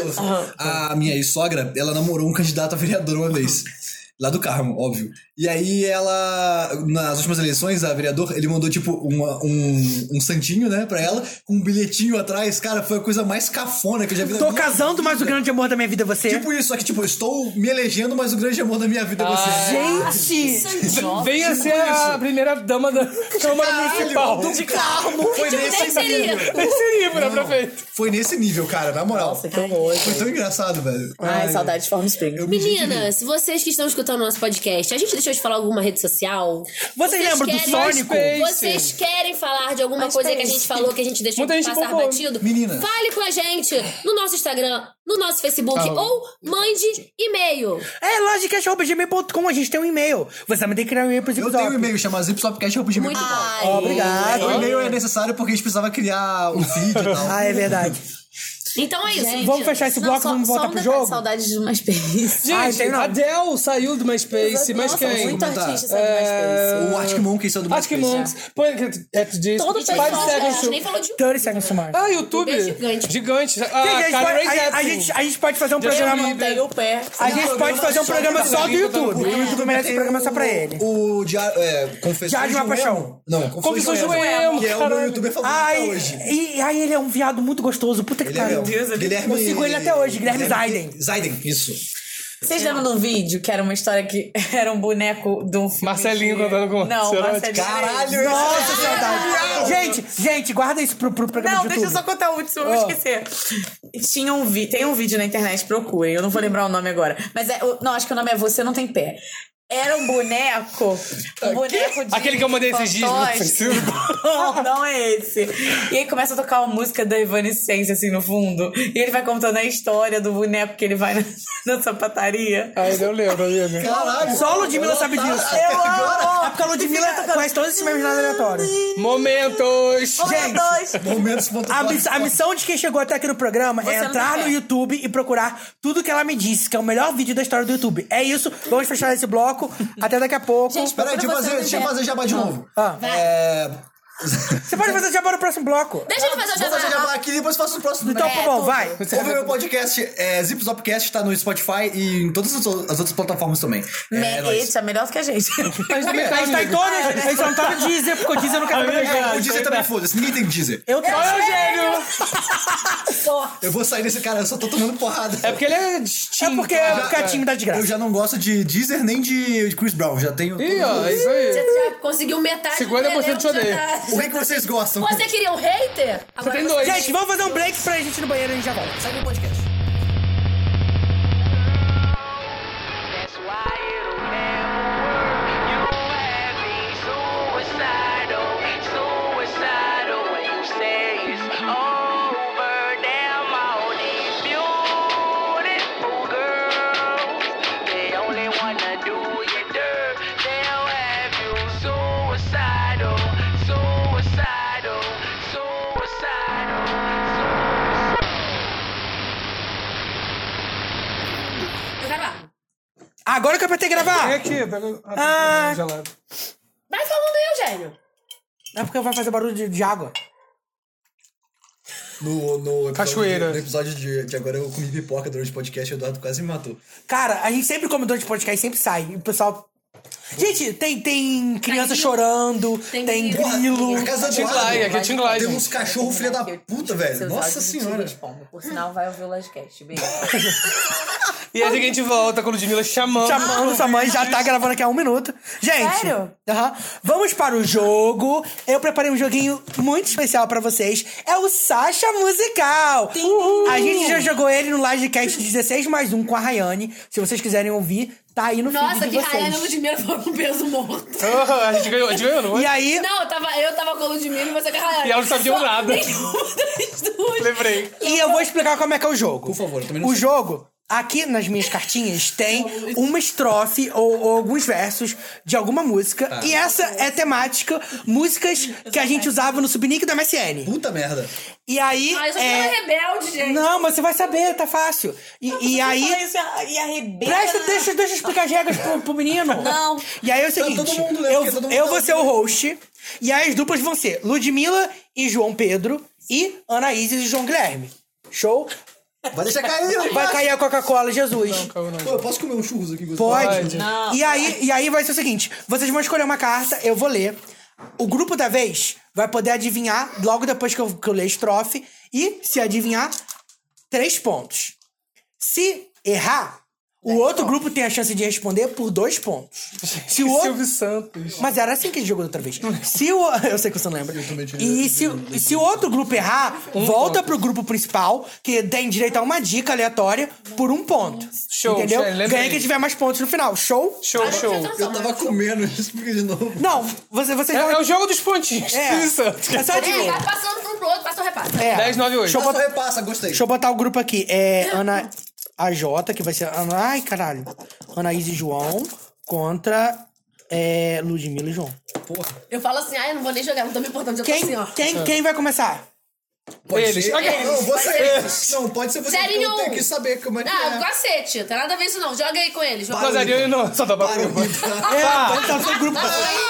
A minha ex-sogra, ela namorou um candidato a vereador uma vez. Lá do Carmo, óbvio. E aí ela, nas últimas eleições, a vereador, ele mandou tipo um santinho, né, pra ela, com um bilhetinho atrás. Cara, foi a coisa mais cafona que eu já vi na Tô minha casando, vida. mas o grande amor da minha vida é você. Tipo isso, só que tipo, estou me elegendo, mas o grande amor da minha vida é você. Gente! Venha ser a primeira dama da Câmara Municipal. Do Carmo. Foi nesse nível. Seria pra prefeito. Foi nesse nível, cara, na moral. Nossa, que horror. Foi tão engraçado, velho. Ai, saudade de Form Spring. Meninas, vocês que estão escutando o nosso podcast, a gente deixou de falar alguma rede social? Vocês lembram do Sônico? Vocês querem falar de alguma coisa que a gente falou que a gente deixou Muita gente passar bombou. batido? Meninas. Fale com a gente no nosso Instagram, no nosso Facebook ou mande e-mail. É, logicast.gmail.com, a gente tem um e-mail. Você também tem que criar um e-mail pro Eu Zip tenho um Zop. e-mail chamado zipsopcast.gmail.com. Muito bom. Obrigado. O e-mail é necessário porque a gente precisava criar um feed e tal. Ah, é verdade. Então é isso. Gente, Vamos fechar esse bloco e vamos voltar pro jogo? Saudades de MySpace. Gente, a Adele saiu do MySpace, mas Nossa, quem? muito artista saiu do MySpace. O Arctic Monkeys saiu do Arctic MySpace. Monks. Põe aqui disso. Todo Gente, pessoal, a Seconds gente to... nem falou de 30 Seconds to Mars. YouTube. É gigante. Gigante. Gente, a gente pode fazer um programa... Não tem o pé. A gente pode fazer um programa só do YouTube. O YouTube merece um programa só pra ele. O Confessões Diário de uma um Paixão. Emo. Não, Confessões de um Emo, que é o caralho. meu youtuber favorito até hoje. Ai, ele é um viado muito gostoso. Puta que Ele é pariu. meu. Guilherme... Eu sigo ele até hoje, Guilherme Zaiden. Zaiden, isso. Vocês lembram de um vídeo que era uma história que era um boneco de um filme Marcelinho de... contando com Não, Cerati. Marcelinho. Caralho, Nossa, isso é saudade. Gente, guarda isso pro programa Não, de deixa eu YouTube. só contar o último, eu vou esquecer. Tem um vídeo na internet, procurem, eu não vou lembrar o nome agora. Mas não, acho que o nome é Você Não Tem Pé. Era um boneco. Um boneco de. Aquele que eu mandei esses dias no fantoche. Facebook. Não é esse. E aí começa a tocar uma música da Evanescence, assim, no fundo. E ele vai contando a história do boneco que ele vai na sapataria. Ai, eu lembro, amiga. Caralho. Só a Ludmilla sabe disso. Eu amo! É porque a Ludmilla conhece todos esses memes aleatórios. Momentos. Momentos. A missão de quem chegou até aqui no programa Você é não entrar tem no fé. YouTube e procurar tudo que ela me disse, que é o melhor vídeo da história do YouTube. É isso, vamos fechar esse bloco. Até daqui a pouco. Gente, Peraí, deixa eu fazer jabá de novo. Você pode fazer jabá no próximo bloco. Deixa ele fazer o Vou fazer jabá. jabá aqui e depois faço o próximo. Então, tá bom, vai. Ouve meu podcast, Zip Zopcast, tá no Spotify e em todas as outras plataformas também. Esse é melhor do que a gente. A gente tá em todas. A gente só não tá no Deezer, porque o Deezer não quer pegar. O Deezer também foda-se, ninguém tem Deezer. Eu tenho. Eu vou sair desse cara, eu só tô tomando porrada. É porque ele é É distinto. porque a time dá de graça. Eu já não gosto de Deezer nem de Chris Brown, já tenho... Ih, ó, é isso aí. Você já conseguiu metade 50% do elenco, te odeia. já tá- O que vocês gostam? Você queria um hater? Você tem dois. Gente, vamos fazer um break pra gente ir no banheiro e a gente já volta. Sai no podcast. That's why it'll never work. You have me suicidal, suicidal when you say it's over. Damn, all these beautiful girls, they only wanna do you dirt. They'll have you suicidal, suicidal, suicidal, suicidal. Eu gravar. Agora que eu apertei gravar. Vem aqui, pega Ah. gelado. Vai falando aí, Eugênio. É porque vai fazer barulho de água. No episódio Cachoeira. No episódio de agora eu comi pipoca durante o podcast e o Eduardo quase me matou. Cara, a gente sempre come durante o podcast, sempre sai. E o pessoal... Gente, tem criança chorando, tem grilo. A casa do Tinglai, aqui é Tinglai, tem gente. uns cachorros filha da puta, velho. Nossa senhora. Por sinal, vai ouvir o Lastcast. Beijo. E aí a gente volta com a Ludmilla chamando. Sua mãe já tá gravando aqui há 1 minuto. Gente, Sério? Vamos para o jogo. Eu preparei um joguinho muito especial pra vocês. É o Sasha Musical. A gente já jogou ele no Livecast 16+1 com a Rayane. Se vocês quiserem ouvir, tá aí no Nossa, feed de que vocês. Rayane e Ludmilla foram com peso morto. A gente ganhou, não é? E aí, Não, eu tava com a Ludmilla e você com a Rayane. E elas não sabiam Só nada. nenhuma das duas. Lembrei. e eu vou explicar como é que é o jogo. Por favor, eu também não O sei. jogo, aqui nas minhas cartinhas, tem uma estrofe ou alguns versos de alguma música. E essa é temática, músicas que a gente usava no subnick da MSN. Puta merda. E aí. Ah, eu só era rebelde, gente. Não, mas você vai saber, tá fácil. E aí. Isso e arrebenta. Deixa eu explicar as regras pro menino. Não. E aí é o seguinte: todo mundo, né? eu, Porque todo mundo eu tá vou ser o ouvindo. host. E aí as duplas vão ser Ludmilla e João Pedro e Anaíses e João Guilherme. Show? Vai deixar cair, eu Vai cair a Coca-Cola, Jesus. Pô, eu posso comer um churros aqui? Pode. Não. E aí vai ser o seguinte: vocês vão escolher uma carta, eu vou ler. O grupo da vez vai poder adivinhar logo depois que eu ler a estrofe. E, se adivinhar, 3 pontos. Se errar, o outro grupo tem a chance de responder por 2 pontos. Se o outro... Silvio Santos. Mas era assim que a gente jogou da outra vez. Se o... Eu sei que você não lembra. E se o outro grupo errar, volta pro grupo principal, que tem direito a uma dica aleatória por 1 ponto. Show, Entendeu? Shane, lembrei. Ganha quem tiver mais pontos no final. Show? Show. Eu tava comendo, explica de novo. Não, você É o jogo dos pontinhos. É. Silvio Santos. É só adivinhar. Vai passando um pro outro, passa o repasso. É. 10, 9, 8. Deixa eu Só botar- repassa, gostei. Deixa eu botar o grupo aqui. É Ana AJ, que vai ser Ana... Ai, caralho. Anaís e João contra Ludmilla e João. Eu falo assim, eu não vou nem jogar, não tô me importando. Eu tô assim, ó. Quem vai começar? Pode Eles. ser. Ok. Não, você. Não, pode ser você, porque Zerinho eu tenho um. que saber como é que Não, é. cacete. Não tem nada a ver isso não. Joga aí com eles. Joga. Mas ali não, só dá pra Para, Então seu grupo.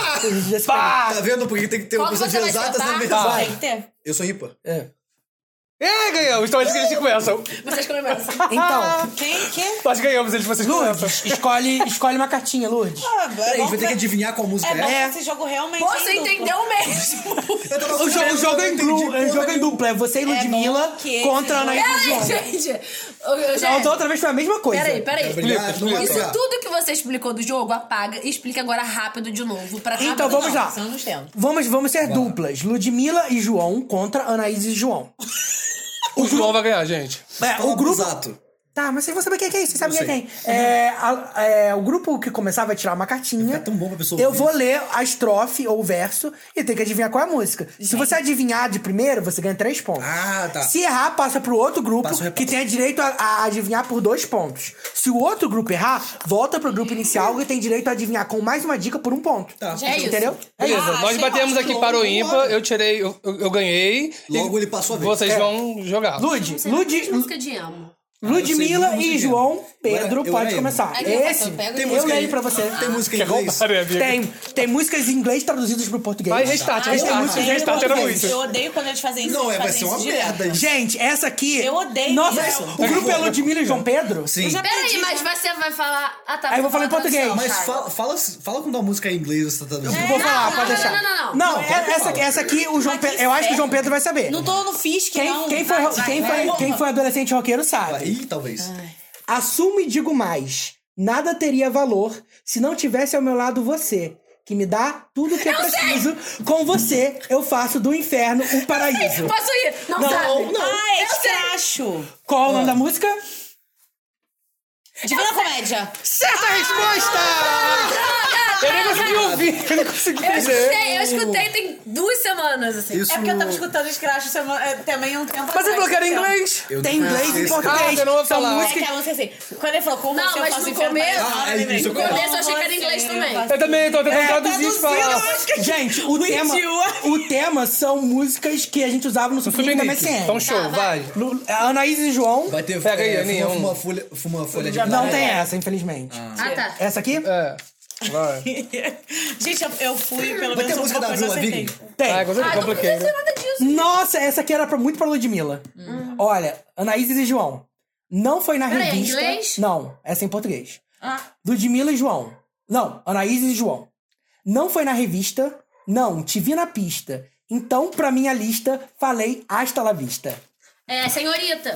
Tá vendo? Porque tem que ter Qual uma que pessoa de você vai exatas na acertar? mesa. Tem que ter. Eu sou ripa. Ganhamos. Então acho que eles começam. Vocês começam. Então, Quem? Nós ganhamos, vocês começam. Lourdes, escolhe uma cartinha, Lourdes. Peraí, a gente vai ter que adivinhar qual música É bom é. que esse jogo realmente Você é em dupla. entendeu mesmo. Eu tava O jogo é em entendi, dupla. É você e Ludmilla bom que contra a Anaís e Peraí, João. gente. A outra vez foi a mesma coisa. Peraí. Obrigado, não vai Isso pegar. tudo que você explicou do jogo, apaga e explica agora rápido de novo. Pra Então rápido, vamos não. lá. São nos tempos. Vamos ser duplas. Ludmilla e João contra Anaís e João. O João vai ganhar, gente. O grupo... Exato. Tá, mas vocês vão saber quem é quem. Vocês sabem quem é quem. O grupo que começar vai tirar uma cartinha. É tão bom pra pessoa Eu ouvir vou isso. ler a estrofe ou o verso e tem que adivinhar qual é a música. Se você adivinhar de primeiro, você ganha 3 pontos. Ah, tá. Se errar, passa pro outro grupo Passa o repasso. que tem direito a adivinhar por 2 pontos. Se o outro grupo errar, volta pro grupo inicial que tem direito a adivinhar com mais uma dica por 1 ponto. Tá. É isso. Entendeu? É Beleza, isso. nós batemos aqui para o ímpar, eu tirei, eu ganhei. Logo ele passou a vez. Vocês vão jogar. Música de amo. Ludmilla eu sei, e música. João Pedro, Eu pode era começar. Aí, Esse, eu pego Tem e- música eu leio aí? pra você. Tem música em Quer inglês? roubar, né, amiga? Tem músicas em inglês traduzidas pro português. Vai, restart, Tem músicas em restart era português. muito. Eu odeio quando eles fazem isso. Não, eles vai fazem ser uma isso direto. merda isso. Gente, essa aqui... Eu odeio Nossa, isso. o grupo é Ludmilla e João Pedro? Sim. Peraí, mas você vai falar... Ah, tá. Aí eu vou falar em falando português. tradução, Mas cara. fala quando a música é em inglês você tá traduzindo. Eu vou falar, pode deixar. Não. Não, essa aqui, o João Pedro, eu acho que o João Pedro vai saber. Não tô no Fisk, não. Quem foi adolescente roqueiro sabe. Ih, talvez. Assumo e digo mais. Nada teria valor se não tivesse ao meu lado você, que me dá tudo o que eu preciso. Com você, eu faço do inferno um paraíso. Posso ir? Não, Não, sabe. não. Ah, é escracho. Qual o nome da música? Divina Comédia. Certa resposta! Eu nem consegui ouvir, eu nem consegui Eu escutei tem 2 semanas, assim. Isso... É porque eu tava escutando escracho também um tempo Mas ele falou que era em atrás. inglês. Eu Tem não inglês conheço e esse português. Ah, eu não vou São falar. É músicas... que a música assim. Quando ele falou como Não, você mas eu faço no inferno começo- paraíso, Ah, é eu lembrei. isso, No começo eu achei que era inglês também. Eu também tô tentando traduzir isso pra lá. Gente, o tema são músicas que a gente usava no Subnick da Subnick. MSN. Então show, vai. Anaís e João Vai ter Pega aí, Aninha, fuma uma folha de não banana. tem essa, infelizmente. Ah, tá. Essa aqui? É, vai. Gente, eu fui pelo Vai ter menos música uma da coisa eu Avril acertei. Lavigne? Tem. Ah, consegui, Ah, não compliquei. precisa ser nada disso. Nossa, essa aqui era muito pra Ludmilla. Olha, Anaís e João. Não foi na Peraí, revista. inglês? Não, essa é em português. Ah. Ludmilla e João. Não, Anaíses e João. Não foi na revista. Não, te vi na pista. Então, pra minha lista, falei hasta la vista. Senhorita.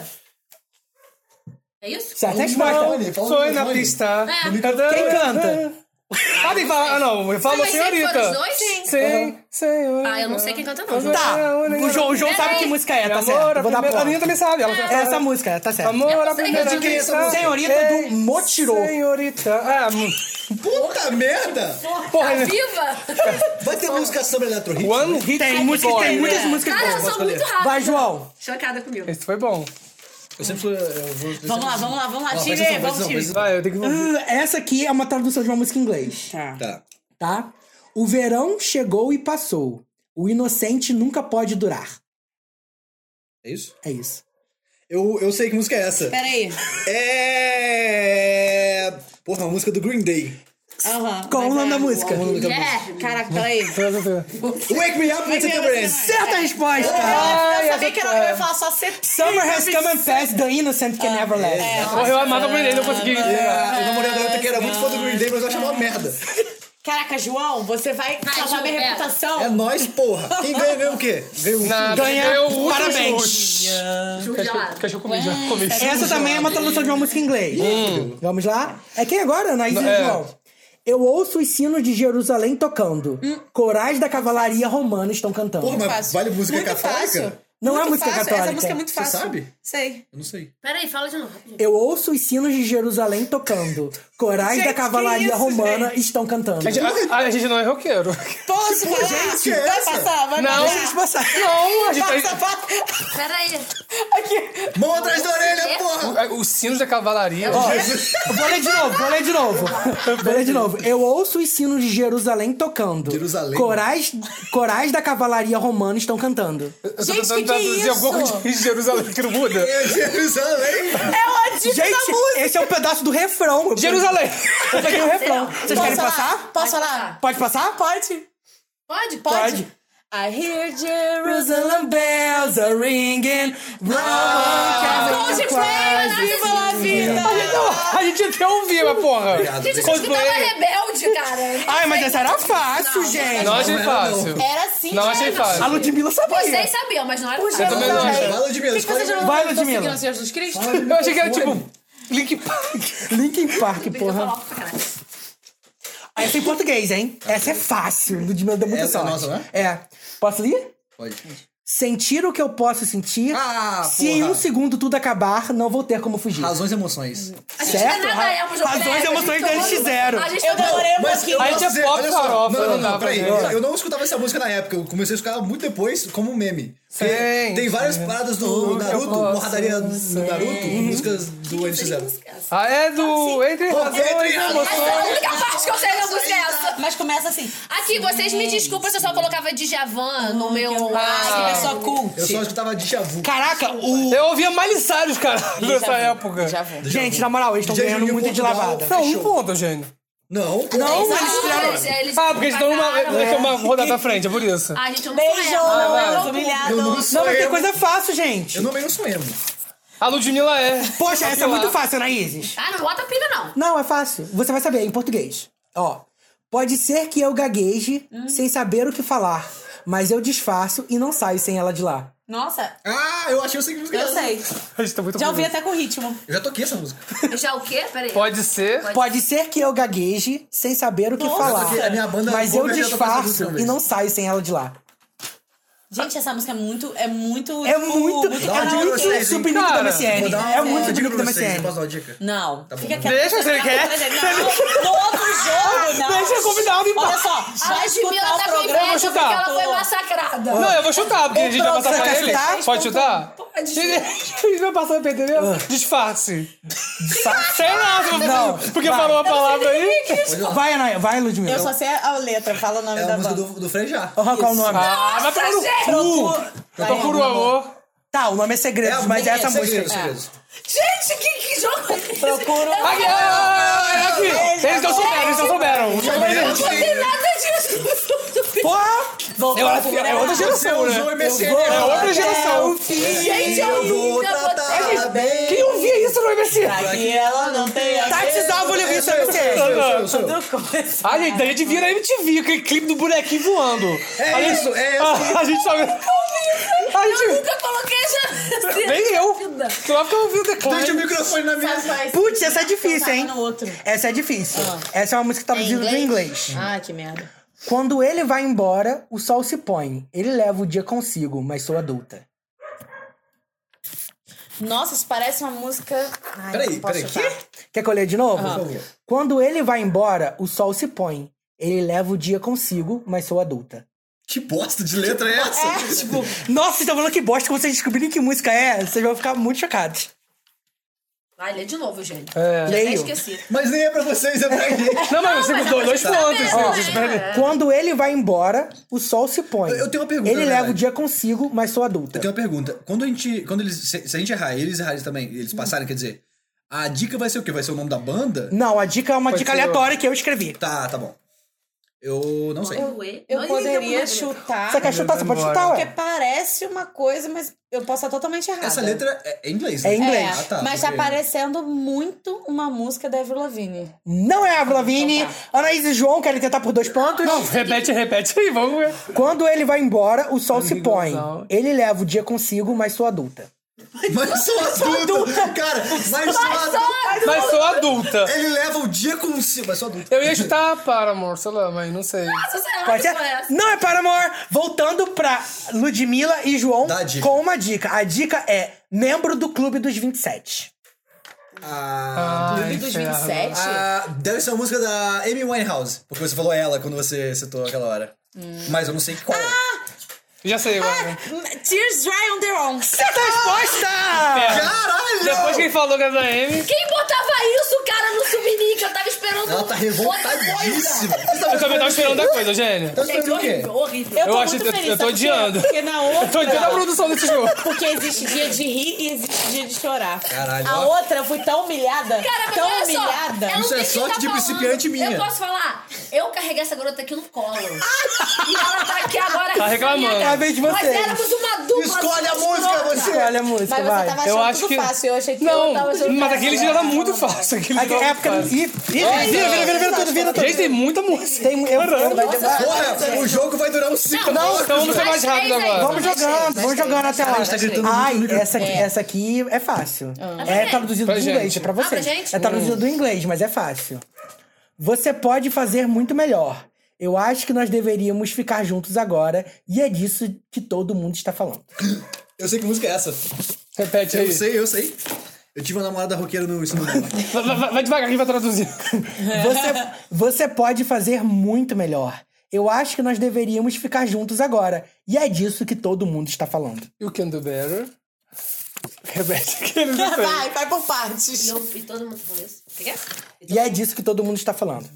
É isso? Certa resposta. Foi na pista. Quem canta? Tem que falar. Não, eu falo Mas senhorita. foram os dois? Sim, senhorita. Eu não sei quem canta, não. Tá, o João sabe que música é, tá certo. Vou dar A Aninha ponto. também sabe. Ela É essa música, tá certo. Amor, a primeira de quem é essa música? Senhorita do Motirô. Senhorita. Puta merda! Porra, Viva! Vai ter música sobre Electro Hit? One Hit Tem muitas músicas Cara, eu boas. sou muito rápida. Vai, João. Chocada comigo. Esse foi bom. Eu sempre sou... Vamos lá, time, presta vamos, atenção, time. presta Vai, eu tenho que... Essa aqui é uma tradução de uma música em inglês. Tá. Tá? O verão chegou e passou. O inocente nunca pode durar. É isso? É isso. Eu sei que música é essa. Peraí. Porra, a música do Green Day. Qual o nome da música? Caraca, peraí. Wake Me Up When September Ends. Certa resposta! Eu sabia que eu ia falar só Summer has come and passed, the innocent can never last. Porra, eu amava o Green Day, não consegui. Eu namorei a garota que era muito fã do Green Day, mas eu achava uma merda. Caraca, João, você vai salvar minha reputação. É nóis, porra. Quem ganha o quê? Ganha um Nada, Ganha, ganhou o último parabéns. chute. Quer que eu comi já? Comi. Essa também é uma tradução de uma música em inglês. Vamos lá? É quem agora? Anaís e João. Eu ouço os sinos de Jerusalém tocando. Corais da cavalaria romana estão cantando. Porra, mas vale música Muito católica? fácil. Não é música fácil. católica. Essa música é muito fácil. Você sabe? Sei. Eu não sei. Peraí, fala de novo. Eu ouço os sinos de Jerusalém tocando. Corais Gente, da cavalaria que isso, romana estão cantando. A gente não é roqueiro. Posso falar? gente, é vai essa? passar, vai Não. Deixa eles passar. Não, a gente... Peraí. Mão atrás da orelha, porra! Os sinos da cavalaria. Vou ler de novo. Eu ouço os sinos de Jerusalém tocando. Jerusalém. Corais da cavalaria romana estão cantando. Eu tô Gente, tentando que traduzir é alguma isso? coisa de Jerusalém que não muda. Jerusalém! É uma dica da Gente, música. esse é um pedaço do refrão. Jerusalém. Eu peguei o refrão. Vocês querem passar? Posso falar? Pode passar? Pode. Pode. I hear Jerusalem. Jerusalem bells are ringing. Viva la vida! A gente até ouviu, mas porra. Gente, eu escutava rebelde, cara. Ai, mas essa era fácil, gente. Não achei fácil. Era assim, Não achei A fácil. Ludmilla sabia. Vocês sabiam, mas não era fácil. Eu também não achei. Vai, Ludmilla, escolhe. Vai, Ludmilla. Jesus Cristo? Eu achei que era tipo... Link Park. Linkin Park, porra. Falar pra caralho. Essa é em português, hein? Essa é fácil. Ludmilla deu muita Essa é sorte. nossa, né? É. Posso ler? Pode. Sentir o que eu posso sentir. Se em porra. um segundo tudo acabar, não vou ter como fugir. Razões e emoções. A gente não é nada emo, João Razões e Kleber, emoções a gente da NX0. A gente Eu demorei um Mas pouquinho. eu A gente posso é dizer, pop olha só. farofa, não dá pra peraí. ver. Eu não escutava essa música na época. Eu comecei a escutar muito depois como meme. Porque Sim, tem várias sim. paradas do Naruto, porradaria do Naruto, músicas do NX0. Ah, é do... Entre razões e Essa é a emoções. única parte que eu sei da música é essa. Mas começa assim. Aqui, vocês me desculpam se eu só colocava Djavan no meu... Ah, que pessoa cult. Eu só escutava Déjà Vu. Caraca, Eu ouvia Miley Cyrus, cara, nessa época. Já vou. Gente, na moral, eles estão DJ ganhando Juninho muito de Portugal. lavada. Não, Fechou. ponto, Eugênio. Não, Eles Ah, porque eles estão numa... pagaram. Eles estão uma rodada à frente, é por isso. Ah, gente, eu não Beijo, sou humilhado. eu não Não, sou mas tem emo. coisa fácil, gente. Eu também não sou emo. A Ludmilla é. Poxa, essa é muito fácil, Anaíses. Ah, não bota pilha, não. Não, é fácil. Você vai saber, em português. Ó. Pode ser que eu gagueje sem saber o que falar, mas eu disfarço e não saio sem ela de lá. Nossa, Ah, eu achei que eu sei que música é eu essa. sei. A gente tá muito Já ouvi confuso. até com ritmo. Eu já toquei essa música. Já o quê? Peraí. Pode ser. Pode ser que eu gagueje sem saber o que Nossa, falar, porque a minha banda mas eu cover já tocou essa música disfarço uma vez. e não saio sem ela de lá. Gente, essa música é muito. É muito Dá uma dica pra vocês, hein? Super Nick da Cara, MSN. Vou dar É uma muito dica Super Nick pra da vocês. Eu MSN. posso dar uma dica? Não. Tá bom. Fica quieto. Deixa, se ele quer. Não, no outro jogo, não. Deixa eu convidar o Olha só, A vai Ludmilla escutar o tá com programa. inveja porque chutar. ela foi massacrada. Não, eu vou chutar, porque a gente vai passar Você pra quer ele. chutar? Pode chutar? Pode. A gente vai passar pra ele, entendeu? Disfarce. Sei lá, Não. porque falou a palavra aí. Vai, Ana, vai, Ludmilla. Eu só sei a letra, fala o nome É a da música banda. do Frejá. Qual é o nome? Ah, vai tomar no cu. Eu procuro o amor. Tá, o nome é Segredos, mas essa música... Segredos. Gente, que jogo é esse? Procuro. Aqui, aqui. Eles não souberam, eles não souberam. Eu não sei nada disso. Porra! É outra geração, né? É outra geração. Gente, Eu vou tratar bem. Quem ouvia isso no MC? Pra que ela não tenha Taxizava o livro isso no MC. A gente, daí a gente vira na MTV, aquele clipe do bonequinho voando. É isso. A gente só... Eu nunca coloquei essa... Nem eu. Tu vai ficar ouvindo depois. Deixa o microfone na minha. Putz, essa é difícil, hein? No outro. Essa é difícil. Essa é uma música traduzida do inglês. Ah, que merda. Quando ele vai embora, o sol se põe. Ele leva o dia consigo, mas sou adulta. Nossa, isso parece uma música... Ai, Peraí, não posso chutar. Quer que eu leia de novo? Por favor. Quando ele vai embora, o sol se põe. Ele leva o dia consigo, mas sou adulta. Que bosta de letra é essa? Tipo, nossa, vocês estão falando que bosta. Quando vocês descobrirem que música é, vocês vão ficar muito chocados. Vai, lê de novo, gente. É. Já até Leio. esqueci. Mas nem é pra vocês, é pra gente. Não, mas você mas gostou dois saber, pontos. né? Ó, É. Quando ele vai embora, o sol se põe. Eu tenho uma pergunta, Ele na leva verdade. o dia consigo, mas sou adulta. Eu tenho uma pergunta. Se a gente errar, eles errarem também, eles passarem, quer dizer, a dica vai ser o quê? Vai ser o nome da banda? Não, a dica é uma dica ser aleatória que eu escrevi. Tá bom. Eu não sei. Eu poderia chutar, Você quer chutar? Você pode chutar, porque ué. parece uma coisa, mas eu posso estar totalmente errada. Essa letra é inglês, É né? inglês. Ah, tá. mas tá porque- parecendo muito uma música da Avril Lavigne. Não é a Avril Lavigne. Anaís e João querem tentar por 2 pontos. Não, repete aí, vamos ver. Quando ele vai embora, o sol se põe. Igualzão. Ele leva o dia consigo, mas sou adulta. Mas sou adulto! Cara, mas sou adulto! Mas sou adulta. Ele leva o dia consigo, mas sou adulto. Eu ia chutar Paramore, sei lá, mas não sei. Pode ser? Não é Paramore. Voltando pra Ludmilla e João Dá a dica. com uma dica. A dica é membro do Clube dos 27. Ai, Dos ferro. 27? Deve ser uma música da Amy Winehouse, porque você falou ela quando você citou aquela hora. Mas eu não sei qual. Já sei agora. Tears Dry on Their Own. Certa resposta! Caralho! Depois que ele falou que era da Amy, Quem botava isso, cara, no Subnick? Eu tava esperando Ela tá revoltadíssima. eu também tava esperando da coisa, Eugênia. Tá Gente, esperando o quê? horrível, horrível. Eu tô acho- muito feliz. eu tô sabe por quê? odiando. Porque na Eu tô entendendo a outra... produção desse jogo. Porque existe dia de rir e existe dia de chorar. Caralho, A ó. outra eu fui tão humilhada. Cara, mas tão olha humilhada. só, eu não Isso é sei quem sorte tá de falando. principiante minha. Eu posso falar? Eu carreguei essa garota aqui no colo. E ela tá aqui agora. Tá reclamando. É a vez de Mas vocês. éramos uma dupla. Escolhe a assim, música, escrota. você. Olha a música, Mas você vai. tava Eu achando acho tudo que- fácil. Eu achei que Não, eu tava achando mas que aquele era- dia era muito fácil. Aquele Aqui, jogo é porque... fácil. Vira tudo, vira tudo. Gente, tem muita música. Tem, Porra, o jogo vai durar uns 5 Não, Então vamos ser mais rápido agora. Vamos jogando até lá. A gente tá gritando muito no Ai, microfone. essa aqui é fácil. É traduzido Pra do inglês, gente. é pra pra vocês. gente? É traduzido do inglês, mas é fácil. Você pode fazer muito melhor. Eu acho que nós deveríamos ficar juntos agora, e é disso que todo mundo está falando. Eu sei que música é essa. Repete aí. Eu sei. Eu tive uma namorada roqueira no ensino médio. Vai devagar, quem vai traduzir? Você pode fazer muito melhor. Eu acho que nós deveríamos ficar juntos agora, e é disso que todo mundo está falando. You can do better. Repete aquele não sei. Vai por partes. E todo mundo falou isso. O que é? E é disso que todo mundo está falando.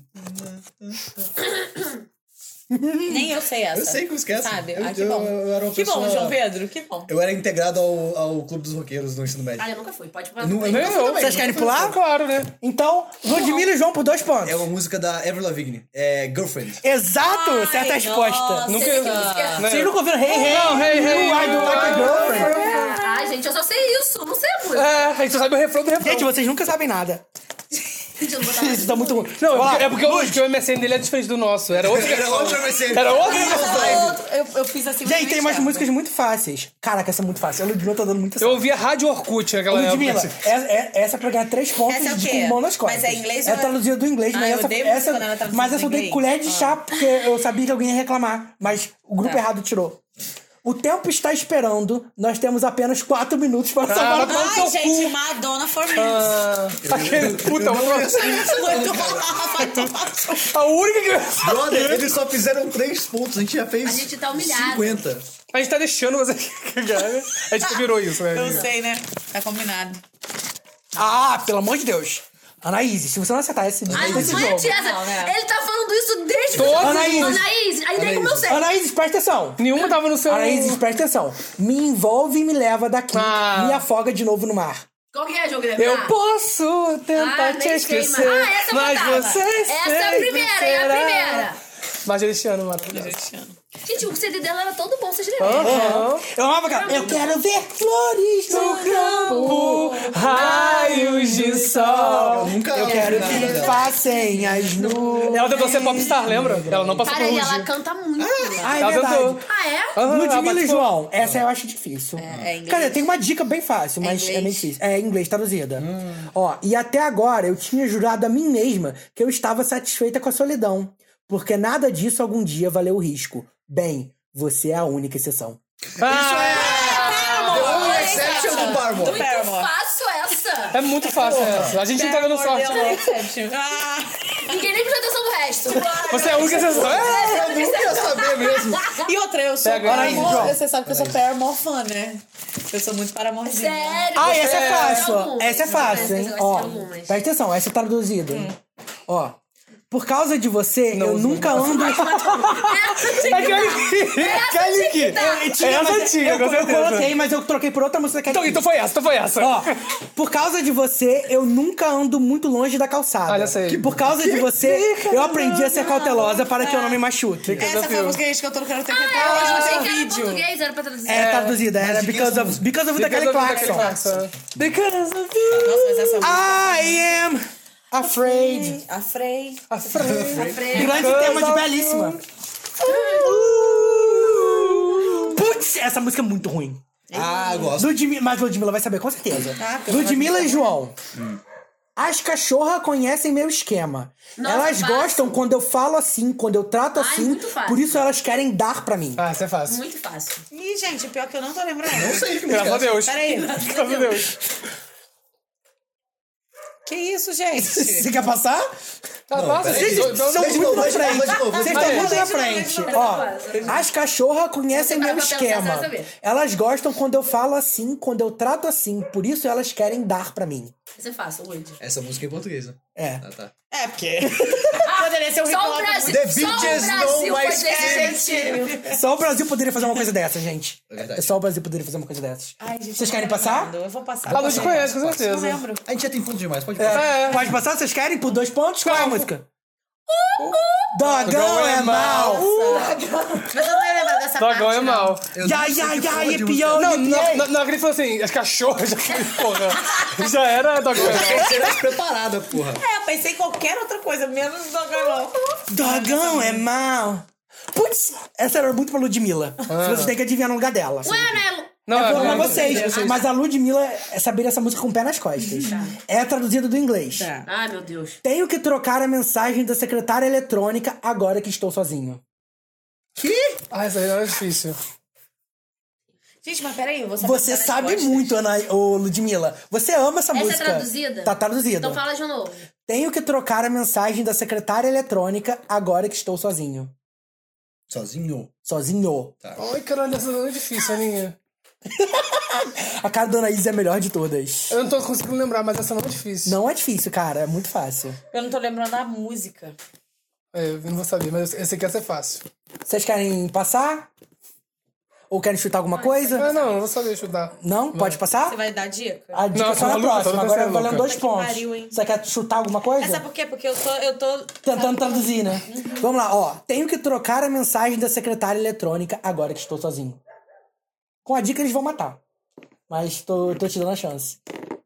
Nem eu sei essa. Eu sei que música é essa. Sabe? Eu- Que eu- bom. eu era uma Que bom, pessoa- João Pedro. Que bom. Eu era integrado ao Clube dos Roqueiros no ensino médio. Ah, eu nunca fui. Pode falar. Não, eu Nem nunca fui eu. também, Vocês querem nunca fui. pular? Claro, né? Então, Ludmilla e João por 2 pontos. É uma música da Avril Lavigne. É Girlfriend. Exato, certa Ai, resposta. nossa. Nunca... Vocês nunca ouviram Hey Hey? Não, Hey, Hey, You I do like a girlfriend. Ai, gente, eu só sei isso. Não sei a música. É, a gente só sabe o refrão do refrão. Gente, vocês nunca sabem nada. Gente, eu não vou dar Isso tá muito ruim. Não, Vai lá. é porque o MSN dele é diferente do nosso. Era outra Era outra MSN. Era outra versão. Eu fiz assim. Gente, tem umas músicas muito fáceis. Caraca, essa é muito fácil. A Ludmilla tá dando muita Eu sorte. ouvia Rádio Orkut naquela Ludmilla, época. essa é pra ganhar 3 pontos Essa é o de quê? com mão nas costas. Mas é inglês É ou é- traduzida do inglês, Ah, mas eu essa, odeio música essa, quando ela é traduzida mas do essa eu dei inglês. colher de chá porque eu sabia que alguém ia reclamar. Mas o grupo errado tirou. O tempo está esperando. Nós temos apenas 4 minutos para salvar o Ai, teu gente, cu. Madonna for me. Aquele... Puta, a única que... Brother, eles só fizeram 3 pontos. A gente já fez A gente tá humilhado. 50. A gente tá deixando você cagar, né? A gente virou isso, né? Eu sei, né? Tá combinado. Ah, pelo amor de Deus. Anaís, se você não acertar esse, Ai, esse não é jogo. tia, Não, né? Ele tá falando isso desde que Todos Anaís, aí nem como eu sei. Anaís, presta atenção. Nenhuma tava no seu... Anaís, presta atenção. Me envolve e me leva daqui. Ah. Me afoga de novo no mar. Qual que é, jogo de Eu posso tentar te nem sei, esquecer, essa eu mas botava. você Essa é a primeira, é a primeira. Margeristiano, maravilhoso. Gente, o CD dela era todo bom, vocês lembram? Eu amava aquela. Eu quero ver flores no campo, raios de sol. Eu quero que passem as nuvens. Ela tentou ser popstar, lembra? Ela não passou Cara, por e ela Ruge. canta muito. Ah, é Ela verdade. tentou. Ah, é? Ludmilla e João, essa eu acho difícil. É inglês. Cara, tem uma dica bem fácil, mas é meio difícil. É em inglês, traduzida. Ó, e até agora eu tinha jurado a mim mesma que eu estava satisfeita com a solidão. Porque nada disso algum dia valeu o risco. Bem, você é a única exceção. The Only Exception do Paramore. Muito fácil essa. É muito fácil essa. A gente não tá dando sorte, não. Ninguém nem prestou atenção no resto. Você é a única exceção. Eu não queria saber mesmo. E outra, eu sou Pega aí, Paramore. João. Você sabe que eu sou Paramore fã, né? Eu sou muito Paramorezinha. Sério? Ah, você essa é fácil. algumas. Essa é fácil, hein? Eu Ó, assisti algumas. presta atenção, essa é traduzida. Ó. Por causa de você, eu nunca ando. Kelly Key. Essa tinha, com Eu certeza. coloquei, mas eu troquei por outra música que Então foi essa. Ó, por causa de você, eu nunca ando muito longe da calçada. Ah, já sei. Por causa de você, eu aprendi a ser cautelosa para que eu não me machuque. Essa foi a música que eu tô querendo ter que Eu até achei hoje que no era vídeo. português, era pra traduzir. É traduzida, era because of the Kelly Clarkson. Because of Nossa, mas essa música I am afraid. Afrei. Grande tema de Belíssima. Putz, essa música é muito ruim. Ah, eu gosto. Mas Ludmilla vai saber, com certeza. porque eu Ludmilla vou e João. As cachorras conhecem meu esquema. Nossa, elas fácil. gostam quando eu falo assim, quando eu trato assim. muito fácil. Por isso elas querem dar pra mim. Ah, essa é fácil. Muito fácil. Ih, gente, pior que eu não tô lembrando. Não sei que Graças a música é Deus. Peraí. Graças a Deus. Que isso, gente? Você quer passar? Tá fácil. Vocês são Deixa de muito novo, na deixa de novo, frente. deixa de novo. Vocês Vai, estão muito na deixa de novo, frente. deixa de novo. Ó, as cachorras conhecem Você meu vai pra pensar, você esquema. vai saber. Elas gostam quando eu falo assim, quando eu trato assim. Por isso elas querem dar pra mim. Isso é fácil, Woody. Essa música é em português, né? É. Ah, tá. É, porque poderia ser um Só o hip-hop. Brasil, The só o Beatles Brasil não foi mais desse jeitinho. Só o Brasil poderia fazer uma coisa dessa, gente. É verdade. Só o Brasil poderia fazer uma coisa dessas. Ai, gente, Vocês eu querem tô passar? lembrando. Eu vou passar. A Lud conhece, com Não certeza. lembro. A gente já tem ponto demais, pode passar. Pode passar? Vocês querem? Por 2 pontos? Qual é a música? Dogão é mal. Mas eu não ia lembrar dessa Dogão parte, é não. mal. É pior. Não, ele falou assim, as cachorras já foi, porra. Já era dogão. Você tá despreparada, porra. É, eu pensei em qualquer outra coisa, menos Dogão. Dogão é mal. Putz, essa era muito pra Ludmilla. Vocês têm que adivinhar no lugar dela. Ué, né? Não, É pra não, vocês. Mas a Ludmilla saberia essa música com o pé nas costas. É traduzida do inglês. Tá. Ai, meu Deus. Tenho que trocar a mensagem da secretária eletrônica agora que estou sozinho. Ah, essa aí não é difícil. Gente, mas peraí, eu vou saber. Você sabe muito, Ludmilla. Você ama essa música. Essa é traduzida? Tá traduzida. Então fala de novo. Tenho que trocar a mensagem da secretária eletrônica agora que estou sozinho. Sozinho. Sozinho. Ai, caralho, essa não é difícil, Aninha. A cara da Anaís é a melhor de todas. Eu não tô conseguindo lembrar, mas essa não é difícil. Não é difícil, cara. É muito fácil. Eu não tô lembrando da música. É, eu não vou saber, mas esse aqui ia ser fácil. Vocês querem passar? Ou querem chutar alguma coisa? Ah, não vou saber chutar. Não? Pode passar? Você vai dar dica? A dica Não, só na tô maluca, próxima. tô Agora pensando, valendo Luca. 2 pontos. pariu, hein? Você quer chutar alguma coisa? Sabe por quê? Porque eu tô... Tentando traduzir, né? Vamos lá, ó. Tenho que trocar a mensagem da secretária eletrônica agora que estou sozinho. Com a dica eles vão matar. Mas tô te dando a chance.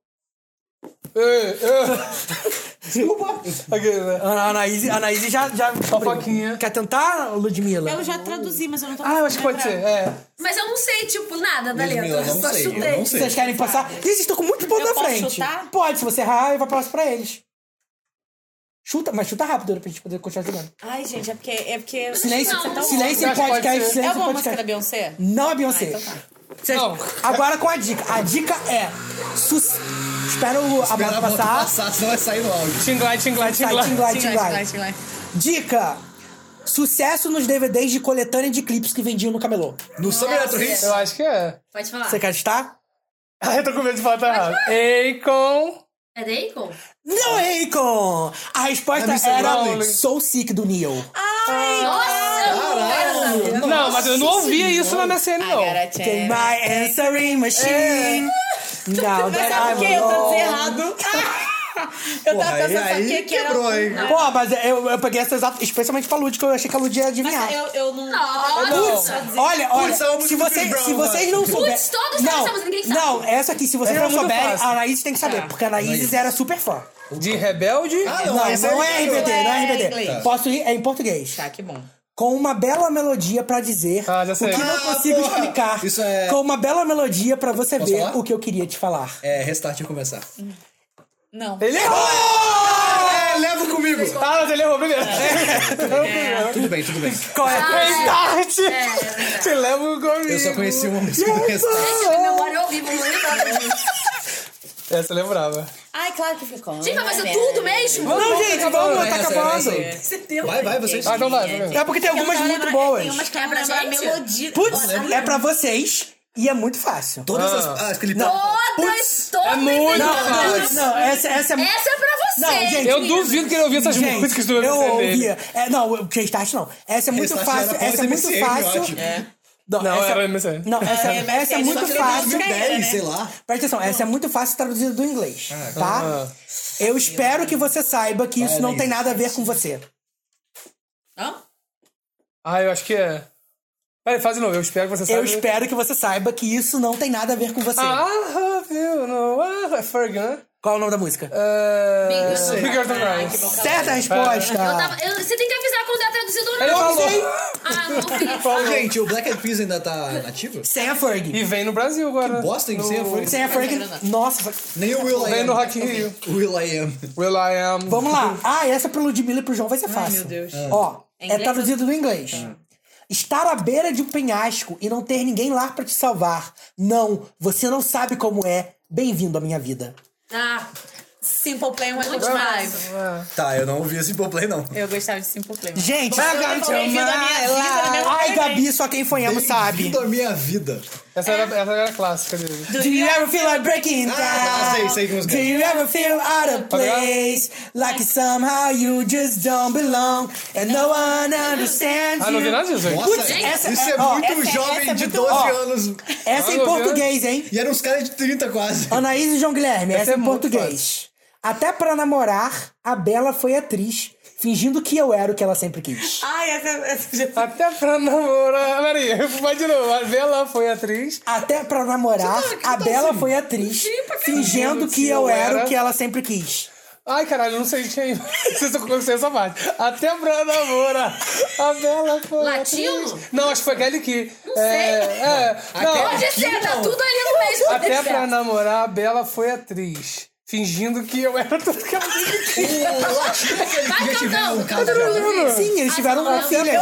Desculpa. Aqui, né? A Anaís já Fofoquinha. Quer tentar, Ludmilla? Eu já traduzi, mas eu não tô Ah, eu acho que pode ser, é. Mas eu não sei, tipo, nada da Ludmilla, letra. não Só sei, eu chutei. não sei. Vocês querem passar? Ih, vocês estão com muito ponto Eu na posso frente. chutar? Pode, se você errar, eu vou passar pra eles. Chuta, mas chuta rápido pra gente poder continuar jogando. Ai, gente, é porque... Silêncio, Não, não. silêncio em Acho que pode podcast, ser. É silêncio em alguma música da podcast. Beyoncé? Não é Beyoncé. então tá. Vocês- Não. Agora com a dica. A dica é... Espera a Espera moto a moto passar. passar, senão vai sair no áudio. Tinglai. Sai, tinglai. Dica. Sucesso nos DVDs de coletânea de clipes que vendiam no camelô. No Summer Electro Hits. Eu acho que é. Pode falar. Você quer estar? Ai, eu tô com medo de falar tá errado. Akon. É da Akon? Não, Akon! A resposta Mr. era Rowling. Soul Sick do Neil. Nossa, eu não quero saber. Não, mas eu não ouvia isso na MSN, não. Take my answering machine. Now Mas that sabe I'm por quê? Eu traduzi alone. errado. Eu tava Porra, pensando aí aqui que era... quebrou, hein? Pô, mas eu peguei essa exata, especialmente pra Lud, que eu achei que a Lud ia adivinhar. Mas eu não... Nossa! Olha, Putz, é uma música se, do Chris Brown, se vocês não souberem... Putz, todos sabem essa música, ninguém sabe. Não, essa aqui, se vocês Essa não é muito souberem, fácil. a Anaís tem que saber, porque a Anaís era super fã. De Rebelde? Não, essa não é RBD, não é RBD. inglês. Posso ir? É em português. Tá, que bom. Com uma bela melodia pra dizer Ah, já o sei. que não consigo porra. explicar. Isso é- Com uma bela melodia pra você Posso ver falar? o que eu queria te falar. É, restart e começar. Não. Ele errou! É, leva comigo. Ah, mas ele errou primeiro. Tudo bem, tudo bem. Qual é? Restart! Te levo comigo. Eu só conheci uma música do restart. Gente, minha memória é horrível, não lembrava disso. Essa eu lembrava. Ai, claro que ficou. Gente, vai fazer tudo mesmo? Não, gente, vamos, tá Essa, acabando. essa. Vai, vocês. Ah, então vai. É porque tem algumas muito boas. Tem umas que é É pra pra gente? melodia. Putz, é pra vocês e é muito fácil. Todas as que ele tá. Todas, todas. É muito Não, essa é... Essa é pra você. Não, gente, Eu duvido que ele ouvia essas Gente, músicas do eu MCN dele. ouvia. Não, Restart não. Essa é muito Restart fácil. era Essa é muito MCN, fácil. ótimo. Não, era MCN. Não, essa é muito Só que fácil. 2010, sei lá. Presta atenção, essa é muito fácil traduzida do inglês, tá? Eu espero que você saiba que isso não tem nada a ver com você. Hã? Ah, eu acho que é. Peraí, faz de novo. Eu espero que você saiba. Eu espero que você saiba que isso não tem nada a ver com você. É Fergie, né? Qual é o nome da música? Big Girl Don't Cry. Certa resposta. Você tem que avisar quando é traduzido ou não. Ele falou. Ah, não vi. Gente, o Black Eyed Peas ainda tá nativo? Sem a Fergie. E vem no Brasil agora. Bosta, hein? Sem a Fergie. Sem a Fergie. Nossa. Nem o Will I Vem Am. no Rock in Rio. Will I Am. Will I Am. Vamos lá. Ah, essa pro Ludmilla e pro João vai ser fácil. meu Deus. Ó, Em é inglês traduzido do inglês. Estar à beira de um penhasco e não ter ninguém lá pra te salvar. Não, você não sabe como é. Bem-vindo à minha vida. Ah, Simple Plan One muito More mais. Time. Tá, eu não ouvi esse Simple Play, não. Eu gostava de Simple Plan. Gente, Bem-vindo à minha vida, na minha ai, vida. Gabi, só quem foi emo sabe. Bem-vindo à minha vida. Essa era a clássica dele. Do you ever feel like breaking down? sei que música Do é. you ever feel out of place? Like somehow you just don't belong and no one understands Ah, não vi you. nada disso, hein? Nossa, Putz, essa isso é ó, muito essa jovem é de muito- 12 ó, anos. Essa é em Ah, não vi. português, hein? E eram uns caras de 30 quase. Anaís e João Guilherme, essa é é em muito português. Até pra namorar, a Bela foi atriz, fingindo que eu era o que ela sempre quis. Ai, essa já... Até pra namorar. Maria, vai de novo. A Bela foi atriz. Até pra namorar, a Bela foi atriz, fingindo que eu era o que ela sempre quis. Ai, caralho, não sei se tinha. Não sei se eu conheci essa parte. Até pra namorar. A Bela foi. Latino? atriz. Não, acho que foi Kelly Key. Não sei. Não, Pode ser, tá tudo ali no mesmo. até pra namorar, a Bela foi atriz. Fingindo que eu era tudo que ela quis. O latino que Vai já tiveram cantando, um caso. canta. Sim, eles tiveram uma filha.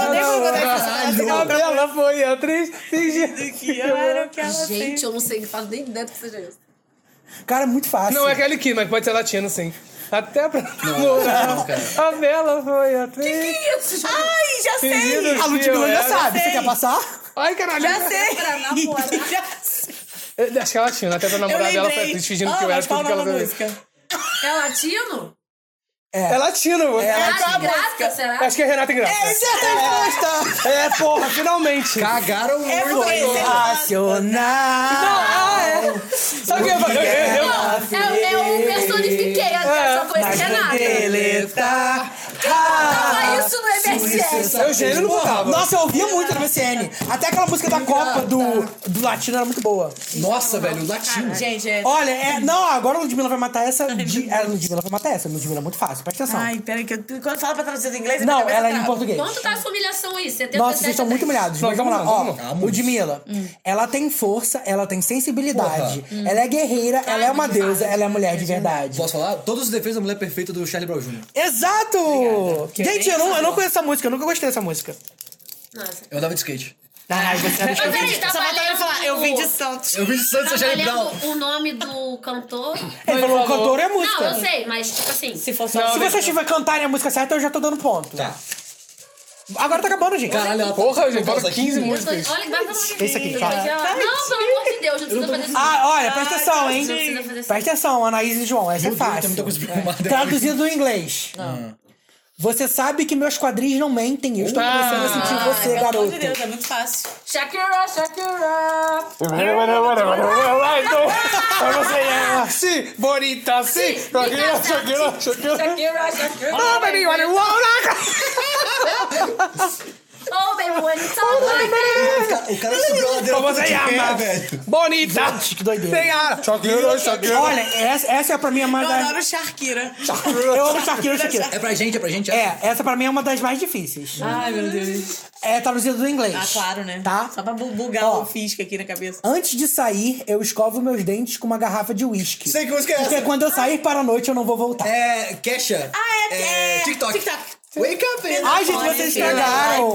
A Bela foi atriz. Fingindo que Eu era o que ela Gente, eu não sei, não faço nem ideia do que seja isso. Cara, é muito fácil. Não é Kelly Key, mas pode ser latino, sim. Até pra namorar, a Bela foi atriz. Isso, Ai, já sei. Fingindo A que eu Ludmilla já era- sabe. Você sei. quer passar? Ai, caralho. Já sei. Pra namorar. Já sei. Acho que é latino. Até pra Eu namorar, a Bela foi lembrei. atriz. Fingindo que eu era Mas qual tudo o que ela nome da queria. música? É latino? É latino. Ah, de graça, será? Acho que é Renata Ingrata. Certa resposta! É, porra, finalmente. Cagaram muito. Racional. Sabe o que eu Eu personifiquei, só foi esse Renato. Deletar. Tava isso no MSN. Eu gênio não botava. Nossa, eu ouvia muito no MSN. Até aquela música da Copa do Latino era muito boa. Nossa, velho, o latino. Gente, Olha, não, agora a Ludmilla vai matar essa. A Ludmilla vai matar essa. A Ludmilla é muito fácil, presta atenção. Ai, peraí, que quando fala pra traduzir do inglês... Não, a minha ela é cabeça em trava. português. Quanto tá a sua humilhação aí? 77 Nossa, vocês estão muito humilhados. Mas vamos lá. vamos Ó, Ludmilla, ela tem força, ela tem sensibilidade, ela é guerreira, ela é uma deusa, ela é mulher de verdade. Posso falar? Todos os defeitos da mulher perfeita do Charlie Brown Jr. Exato! Gente, eu não conheço essa música, eu nunca gostei dessa música. Eu andava de skate. Ai, você era Mas peraí, tá Só faltava falar, eu vim de Santos. Eu vi de Santos Tá a Charlie Brown. valendo o nome do cantor? Ele falou o cantor e a música. Não, eu sei, mas tipo assim... Se fosse Se vocês tiver cantarem a música certa, eu já tô dando ponto. Tá. Agora tá acabando, gente. Caralho, ela Porra, gente, Nossa, falta 15 aqui. músicas. Olha, vai pra Esse aqui, Depois cara. já- Não, pelo amor de Deus, não precisa fazer isso. Ah, olha, presta atenção, hein? Não precisa fazer isso. Presta atenção, Anaís e João, essa é Meu Deus, tem fácil. muita coisa pra arrumar depois. Traduzido do inglês. Você sabe que meus quadris não mentem. Eu estou começando a sentir você, Pelo amor garota. de Deus, é muito fácil. Shakira, Shakira. Você é assim, bonita assim. Shakira, Shakira, Shakira. Shakira, Shakira. Oh, baby, what you want? Oh, baby, when you talk like that. O cara subiu a ladeira Como toda você de pé, ama? velho. Bonita. Que doideira. Tem a Shakira, Shakira. Olha, essa é pra mim uma Eu das... adoro Shakira. Eu amo Shakira. É pra gente, Essa pra mim é uma das mais difíceis. Ai, meu Deus. É traduzido do inglês. Ah, claro, né? Tá? Só pra bugar Ó. o fisca aqui na cabeça. Antes de sair, eu escovo meus dentes com uma garrafa de uísque. Sei que música é Porque essa. quando eu sair para a noite, eu não vou voltar. É Kesha. TikTok. Wake up and... Ai, gente, vocês estragaram.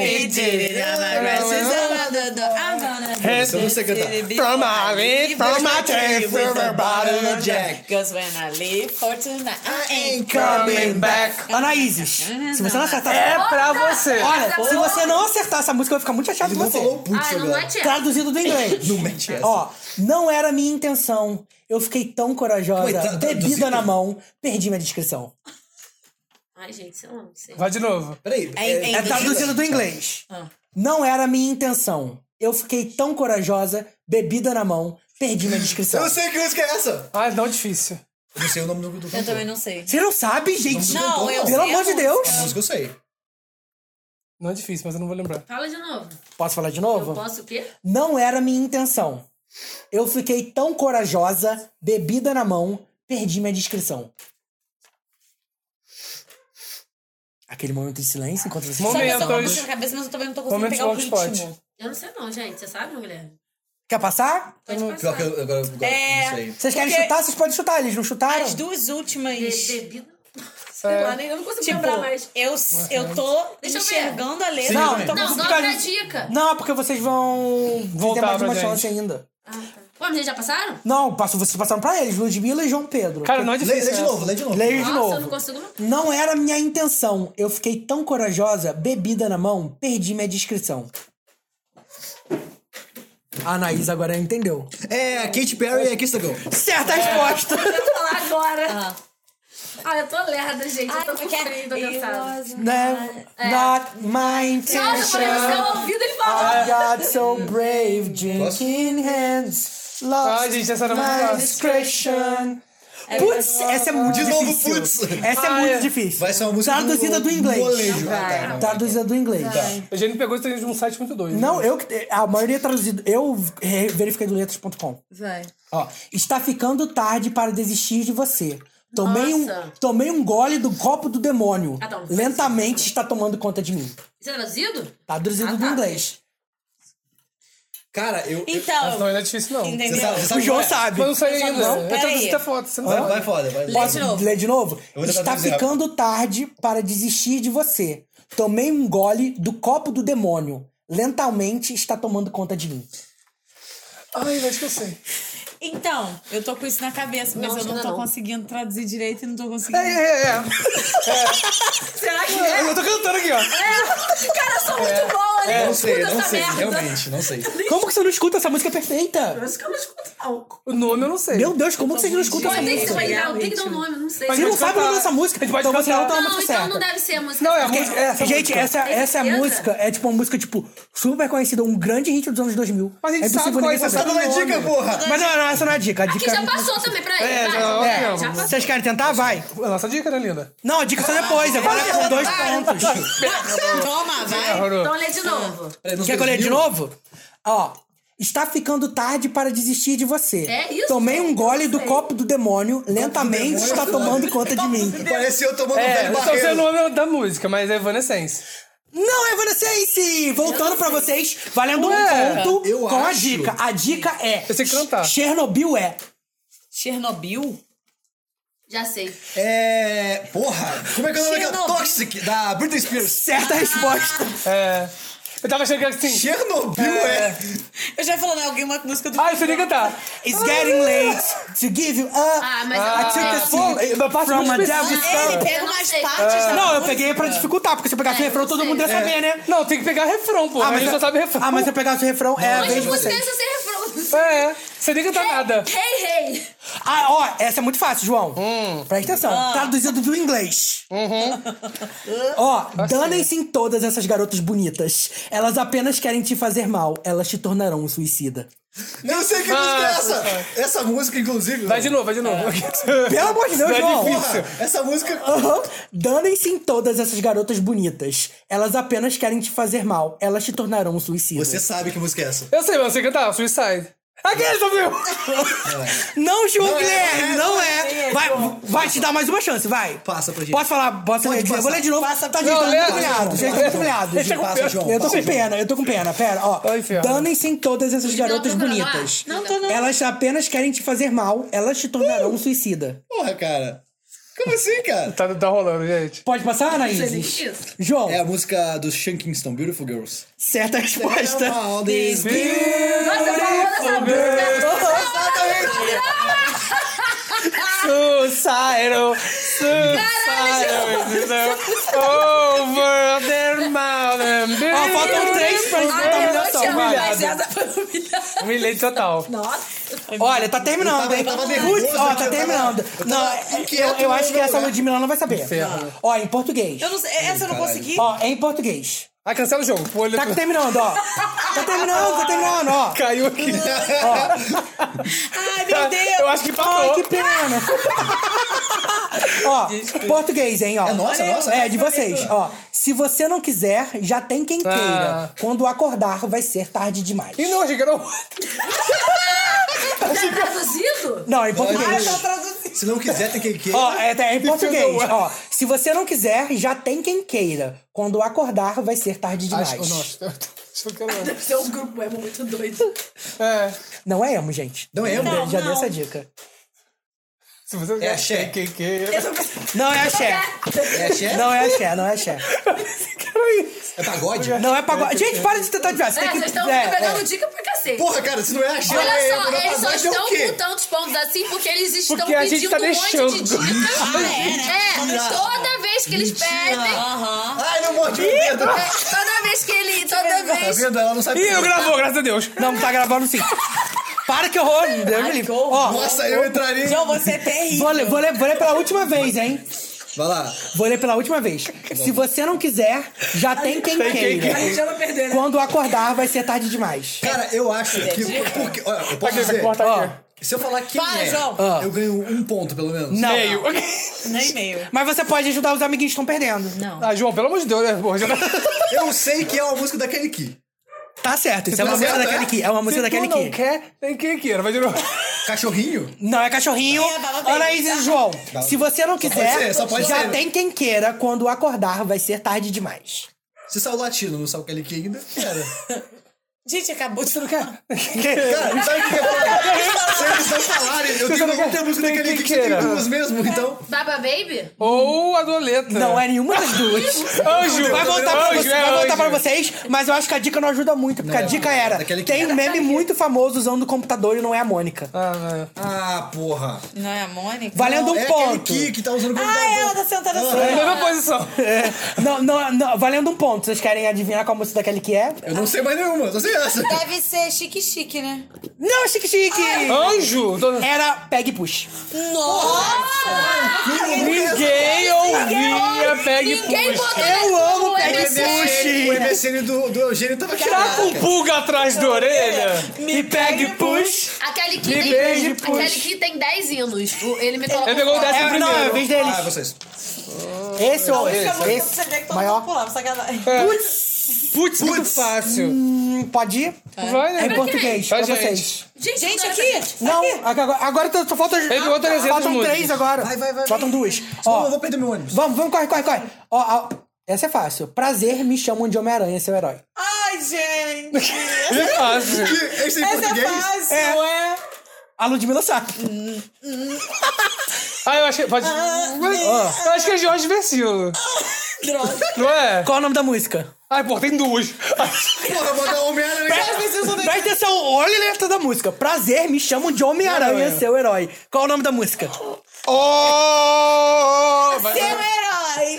Eu não sei cantar. From my tail, from my bottle of Jack. Cause when I leave for tonight, I ain't Coming back. Anaíses, se você não acertar... É pra você. Olha, se você não acertar essa música, eu vou ficar muito chateado Ele com não você. falou putz Ai, não agora. mete essa. Traduzido do inglês. Não mete essa. Ó, não era minha intenção. Eu fiquei tão corajosa, Coitado, bebida traduzido. na mão, perdi minha descrição. Ai, gente, sei lá, não sei. Vai de novo. Peraí. É traduzido do inglês. Ah. Não era minha intenção. Eu fiquei tão corajosa, bebida na mão, perdi minha descrição. Eu sei que música é essa. Ah, não, difícil. Eu não sei o nome do cantor. Eu também não sei. Você não sabe, gente? Não, eu Pelo sei amor a de Deus. A música eu sei. Não é difícil, mas eu não vou lembrar. Fala de novo. Posso falar de Eu novo? posso o quê? Não era minha intenção. Eu fiquei tão corajosa, bebida na mão, perdi minha descrição. Aquele momento de silêncio enquanto você... Sabe, eu tô com a Momentos. música na cabeça, mas eu também não tô conseguindo Momentos pegar o blogspot. ritmo. Eu não sei não, gente. Você sabe, Guilherme? Quer passar? Pode Pior passar. que eu agora não sei. Vocês querem Porque- chutar? Vocês podem chutar. Eles não chutaram? As duas últimas... Bebida. Sei lá, nem eu não consigo Tipo, lembrar mais. eu tô Deixa eu enxergando a letra. Não, eu não tô Não, dá conseguindo... outra dica. Não, é porque vocês vão Voltar ter mais pra uma gente. chance ainda. Ah, tá. Pô, mas eles já passaram? Não, vocês passaram pra eles, Ludmilla e João Pedro. Cara, não é Lê difícil. de novo, lê de novo. Leia de Nossa, eu não novo. consigo. Não era minha intenção. Eu fiquei tão corajosa, bebida na mão, perdi minha descrição. A Anaís agora entendeu. É a Katy Perry e a Kiss the Girl. Certa resposta. Eu vou falar agora. Ah, eu tô lerda, gente. Eu tô com porque- frio, tô cansada. Not my Nossa, mas no seu intention. ouvido ele falou. I got so brave, drinking hands. Lost Ai, gente, essa era muito my fácil. discretion. Putz, essa é muito De novo, difícil. putz. Essa é muito difícil. Vai ser uma música Traduzida do inglês. molejo. Ah, tá. Traduzida do inglês. A gente pegou isso de um site muito doido. Não, a maioria é traduzido. Eu verifiquei do letras.com. Vai. Ó, está ficando tarde para desistir de você. Nossa. Tomei um gole do copo do demônio. Ah, tá. Lentamente está tomando conta de mim. Isso é traduzido? Tá traduzido Ah, do tá. inglês. Cara, eu... Então, Não, não é difícil, não. entendeu? Você sabe O João qual é? sabe. Mas não sei Eu ainda. não- Eu peraí. traduzi até foto, você não sabe. Vai foda, vai. Posso de novo. ler de novo? Eu vou tentar Está traduzir ficando tarde para desistir de você. Tomei um gole do copo do demônio. Lentamente está tomando conta de mim. Ai, eu acho que eu sei. Então, eu tô com isso na cabeça, mas Não, eu não ainda tô não. conseguindo traduzir direito e não tô conseguindo. Será que é? Eu tô cantando aqui, ó. Cara, eu sou muito boa, né? Não sei, Escuta não essa sei. merda. Realmente, não sei. Como que você não escuta essa música perfeita? Por isso que eu não escuto, não. O nome eu não sei. Meu Deus, como que vocês não escutam Pô, essa tem que música? dar, tem que dar um nome, não sei. Mas Você não pode sabe o nome cantar. dessa música? A gente pode Então você cantar. não tá na Não, música então certa. não deve ser a música. Não, é a certa. música. Essa Gente, música. essa certeza? música é tipo uma música, tipo, super conhecida, um grande hit dos anos 2000. Mas a gente é impossível sabe qual ninguém é essa saber. Tá dando dica, porra! Mas não, essa não é a dica. A Aqui dica já passou também pra ele. É, vai. já- É, ó, já passou. Vocês querem tentar? Vai. A nossa dica, né, linda? Não, a dica só depois. Agora é com 2 pontos. Toma, vai. Então lê de novo. Quer que eu leia de novo? Ó. Está ficando tarde para desistir de você. É isso? Tomei um gole do copo do demônio. Lentamente está tomando conta de mim. Parece eu tomando um É, velho eu só sei o barreiro. nome da música, mas é Evanescence. Não, Evanescence! Voltando pra vocês, valendo Ué, um ponto eu com a acho. dica. A dica é... Eu sei cantar. Chernobyl é... Chernobyl? Já sei. É... Porra! Como é que é o nome daquela? Chernobyl. Toxic, da Britney Spears. Certa resposta. É. Eu tava achando que era assim. Chernobyl é... Eu já falando alguma música do... Ah, eu sei nem cantar. It's getting late to give you up. Ah, mas I took a seat eu passo from muito a específico. devil's Ele thumb. pega Eu não umas sei. partes da Não, eu música. peguei pra dificultar, porque se eu pegasse o refrão, não todo sei. mundo ia saber, né? Não, tem que pegar refrão, pô. A gente só sabe refrão. Ah, mas se eu pegasse o refrão, é a Mas vez que de música é vocês. essa sem refrão? É, você nem cantar nada. Hey, hey. Ah, ó, essa é muito fácil, João. Presta atenção. Traduzido do inglês. Ó, danem-se em todas essas garotas bonitas. Elas apenas querem te fazer mal. Elas te tornarão um suicida. Eu sei que música é essa! Essa música, inclusive. Vai de novo. Pelo amor de Deus, Não é João. difícil. Essa música. Danem-se em todas essas garotas bonitas. Elas apenas querem te fazer mal. Elas te tornarão um suicida. Você sabe que música é essa? Eu sei, mas você cantar Suicide. Aquele, só viu? Não, João Não é, Guilherme, não não é. é. Vai te dar mais uma chance, vai. Passa pra gente. Posso falar? Posso ler? Eu vou ler de novo. Passa Tá, pra gente, Não, tá lê, muito humilhado. lê. Gente, tá muito humilhado. Deixa com Passa, João. Eu tô com pena, Pera, ó. Ai, inferno. Danem-se em todas essas garotas bonitas. Não, Elas apenas querem te fazer mal. Elas te tornarão um suicida. Porra, cara. Como assim, cara? Tá rolando, gente. Pode passar, Anaís? Isso. João, É a música dos Sean Kingston, Beautiful Girls. certa resposta. All these Nossa, falou dessa música. Suicidal. Over their mountain. Ó, faltam 3 pra gente botar humilhação. Mas Vai. essa foi humilhação. Humilhei total. Nossa. Olha, tá terminando, hein? Eu tava nervoso Putz, ó, aqui, tá eu tava- terminando. eu Não, tava inquieto eu no acho que meu essa lugar. Ludmilla não vai saber. Inferno. Ó, em português. Eu não sei, essa eu não consegui. Ó, em português. Ah, cancela o jogo. Pô, ele Tá terminando, ó. Tá terminando, ó. caiu aqui. Ai, meu Deus. Eu acho que Ai, parou. que pena. Ó, português, hein, ó. É nossa, nossa? É, de vocês. Ó, se você não quiser, já tem quem queira. Quando acordar, vai ser tarde demais. E não, achei que era o... Tá traduzido? Não, em português. Se não quiser, tem que Ó, é em português. Entendeu? Ó, se você não quiser, já tem quem queira. Quando acordar, vai ser tarde demais. Nossa, eu quero... Deve ser um grupo emo muito doido. É. Não é emo, gente. Não é emo? Já dei essa dica. Se você É axé. que... Não é axé. É axé? Não é axé, não é axé. É pagode? Não é pagode. Gente, para de tentar adivinhar. Você tem que... Vocês estão pegando dica pra cacete. Porra, cara, se não é axé, Olha é só, emo, eles só pagode é o estão quê? com tantos pontos assim porque eles estão Porque a gente pedindo tá um monte de deixando. dicas. Toda vez que eles pedem. Ai, não morde o dedo. Toda vez que ele. Toda Tá vez. vendo? Ela não sabe. Ih, eu gravou, graças a Deus. Não, tá gravando sim. Para que horror. Deus me livre. Ó, Nossa, eu entraria. João, você é terrível. vou ler pela última vez, hein? Vai lá. Vou ler pela última vez. Se você não quiser, já tem quem queira. Já vai perder, né? Quando acordar, vai ser tarde demais. Cara, eu acho que. Porque, olha, eu posso dizer. Corta aqui. Se eu falar quem Vai, é, João. eu ganho 1 ponto, pelo menos. Não. Meio. Nem meio. Mas você pode ajudar os amiguinhos que estão perdendo. Não. Ah, João, pelo amor de Deus, né? Porra, já... Eu sei que é uma música da Kelly Key. Tá certo, isso é uma Tá música certo, daquele é? que. É uma música Se tu daquele não que. quer, tem quem queira. Vai de novo. Cachorrinho? Não é cachorrinho. Baba Baby. Anaís e João. Se você não quiser, só pode já ser. tem quem queira. Quando acordar, vai ser tarde demais. Se saiu latino, não saiu Kelly Key ainda, era. Gente, acabou de trocar. Cara, sabe o que é foda? Se eles não falarem, eu tenho muita música da Kelly Key que tem queira. 2 mesmo, então. Baba Baby? Ou a doleta. Não é nenhuma das duas. Anjo. Vai voltar, Anjo, vai voltar anjo. pra vocês, mas eu acho que a dica não ajuda muito, porque a dica era: daquele que- tem um meme muito famoso usando o computador e não é a Mônica. Ah, porra. Não é a Mônica? Valendo um é ponto. a Kelly Key que tá usando o Ah, computador. ela tá sentada assim. Mesma posição. Não, valendo um ponto. Vocês querem adivinhar qual música daquele que é? Eu não sei mais nenhuma, só sei essa. Deve ser chique-chique, né? Não, chique. Anjo. Era Peg Push. Ninguém ouvia Peg Ninguém Push. botou Eu amo no Peg MSN. O MSN do Eugênio tava Tá quebrado. com pulga atrás da orelha? Me Peg Push. Aquele que Me tem. beije, Aquele puxa. que tem 10 hinos. Ele me colocou. Ele pegou o fora. 10º Não, é a primeiro. vez deles. Ah, vocês. Esse ou Essa música esse? você vê que todo Maior? mundo pulava, sacanagem. Putz, muito fácil. Pode ir? Vai, né? É em português, pra Vai, gente. vocês. Gente, Gente, não era aqui. Não, agora só falta. Ele pegou 300 Faltam músicas. 3 agora. Vai. Faltam 2. Senão Ó, eu vou perder meu ônibus. vamos, corre. Ó, essa é fácil. Prazer, me chamam de Homem-Aranha, seu herói. Ai, gente. É fácil. Esse em Essa é português? fácil, é. A Ludmilla sabe. Ah, eu acho que pode... Eu acho que é Jorge Versilo. Droga. Não é? Qual é o nome da música? Ai, pô, tem 2. Porra, mandar Homem-Aranha. Presta atenção, olha a letra da música. Prazer, me chamam de Homem-Aranha, seu herói. Qual é o nome da música? Oh! Seu herói.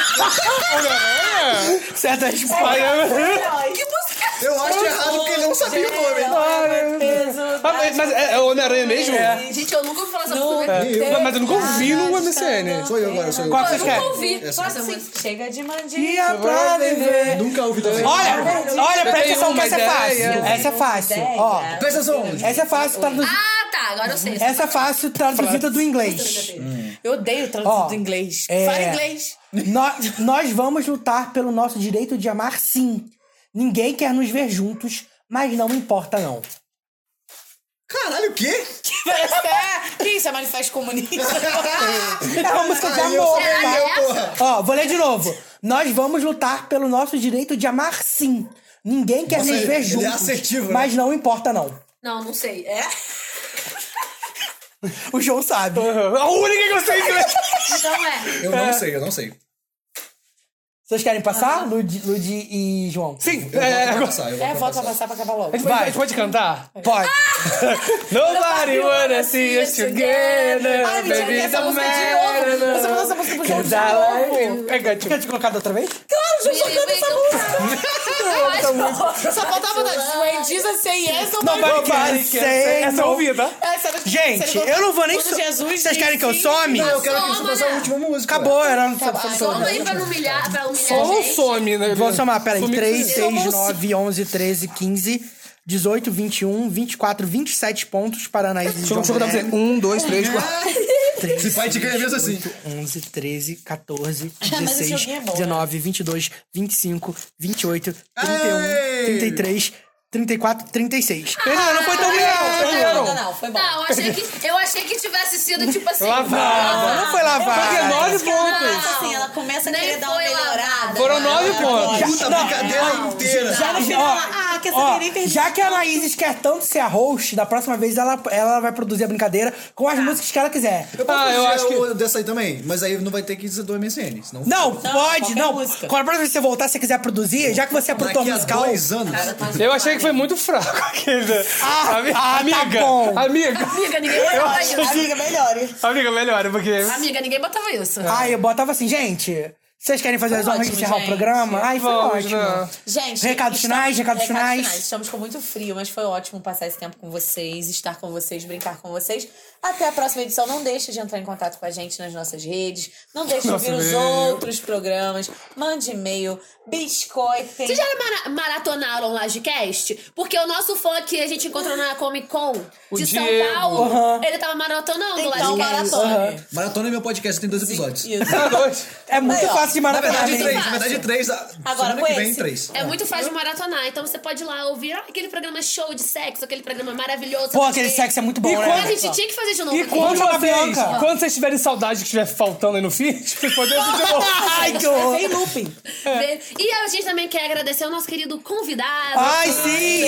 Certa resposta. Herói. Que música? Eu acho errado porque ele não sabia o nome. Peso Mas é o Homem-Aranha mesmo? Gente, eu nunca ouvi falar essa Não, música. mas eu nunca ouvi no MSN. Sou eu agora, sou eu. Qual que vocês Eu nunca querem? ouvi. Essa. Essa música. Chega de mandinha. Dia pra viver. Nunca ouvi também. Olha, presta atenção que uma essa é ideia. fácil. Essa é fácil. Ó, Presta atenção. essa é fácil traduzida. Ah, tá. Agora eu sei. Essa é fácil traduzida do inglês. Eu odeio traduzido Ó, do inglês. é- Fala inglês. Nós vamos lutar pelo nosso direito de amar, sim. Ninguém quer nos ver juntos, mas não importa, não. Caralho, o quê? Que isso é manifesto comunista? É uma música de Aí eu amor, sabia, tá? porra. Ó, vou ler de novo. Nós vamos lutar pelo nosso direito de amar, sim. Ninguém quer Nossa, nos ver ele é juntos, assertivo, né? mas não importa, não. Não, não sei. O João sabe. A única que eu sei inglês. Então é. Eu não sei. Vocês querem passar, Ludi e João? Sim, Eu voto pra passar, eu voto pra Volta a passar. passar pra acabar logo. A gente pode cantar? Pode. Nobody wanna see us together. Ai, mentira, Baby, essa don't música de novo. Você matter. falou essa música pro João Cause de I like novo. you. I got you. Quer te colocar da outra vez? Claro, João só canta essa música. Só faltava dar When Jesus say yes, Nobody can say Essa eu no. ouvi, tá? Gente, eu não vou nem... Quando Jesus Vocês querem que eu disse- some? Não, eu quero que Soma, você faça a né? última música. Acabou, era no Soma aí pra não humilhar, a Só gente. some, né? Vou somar, peraí. Some 3, que- 6, 9, 11, 13, 15, 18, 21, 24, 27 pontos para a Anaís e Deixa eu João contar pra você. Guilherme. 1, 2, 3, 4. Esse pai te ganha mesmo assim. 11, 13, 14, mas esse 16, joguinho é bom, 19, 22, 25, 28, 31, Ei! 33, 34, 36. Não foi tão legal. Não, foi bom. Não, eu achei que tivesse sido tipo assim. Lavada. Não foi lavado. Porque 9 pontos. Assim, ela começa a Nem querer dar uma foi melhorada. Foram 9 pontos. Puta brincadeira inteira. Já no final, quer saber, nem perdi. Já que a Anaís quer tanto ser a host, da próxima vez ela vai produzir a brincadeira com as músicas que ela quiser. Eu acho que... Dessa aí também, mas aí não vai ter que dizer do MSN. Senão Não, pode, qualquer não. música. Quando a próxima vez que você voltar, se você quiser produzir, já que você é produtor daqui a musical... 2 anos. Eu achei que foi muito fraco. Amiga, tá bom. amiga. Amiga, ninguém botava isso. Amiga, melhore. Amiga, melhora, porque... Amiga, ninguém botava isso. Ai, eu botava assim, gente... Vocês querem fazer as honras de ótimo, encerrar o gente. programa? Ai, foi Vamos, ótimo. né? Gente, Recados finais. Estamos com muito frio, mas foi ótimo passar esse tempo com vocês, estar com vocês, brincar com vocês. Até a próxima edição. Não deixe de entrar em contato com a gente nas nossas redes. Não deixe de ouvir os outros programas. Mande e-mail. Biscoitem. Vocês já maratonaram o Lagecast? Porque o nosso fã que a gente encontrou na Comic Con de São Diego. Paulo, ele tava maratonando o Então, Lagecast. maratona. Maratona é meu podcast, tem 2 episódios. Isso. É muito Aí, ó. fácil de Na maratonar. verdade, né? 3. Na verdade, 3. Agora, Semana com que vem, esse. 3. É muito fácil de maratonar, então você pode ir lá ouvir aquele programa show de sexo, aquele programa maravilhoso. Pô, aquele sexo é muito bom, A né? gente tinha que fazer de novo. E aqui. quando jogar vocês, Bianca. quando vocês tiverem saudade que estiver faltando aí no feed, vocês podem ouvir de novo. Ai, que horror. Sem looping. E a gente também quer agradecer ao nosso querido convidado. Ai, sim!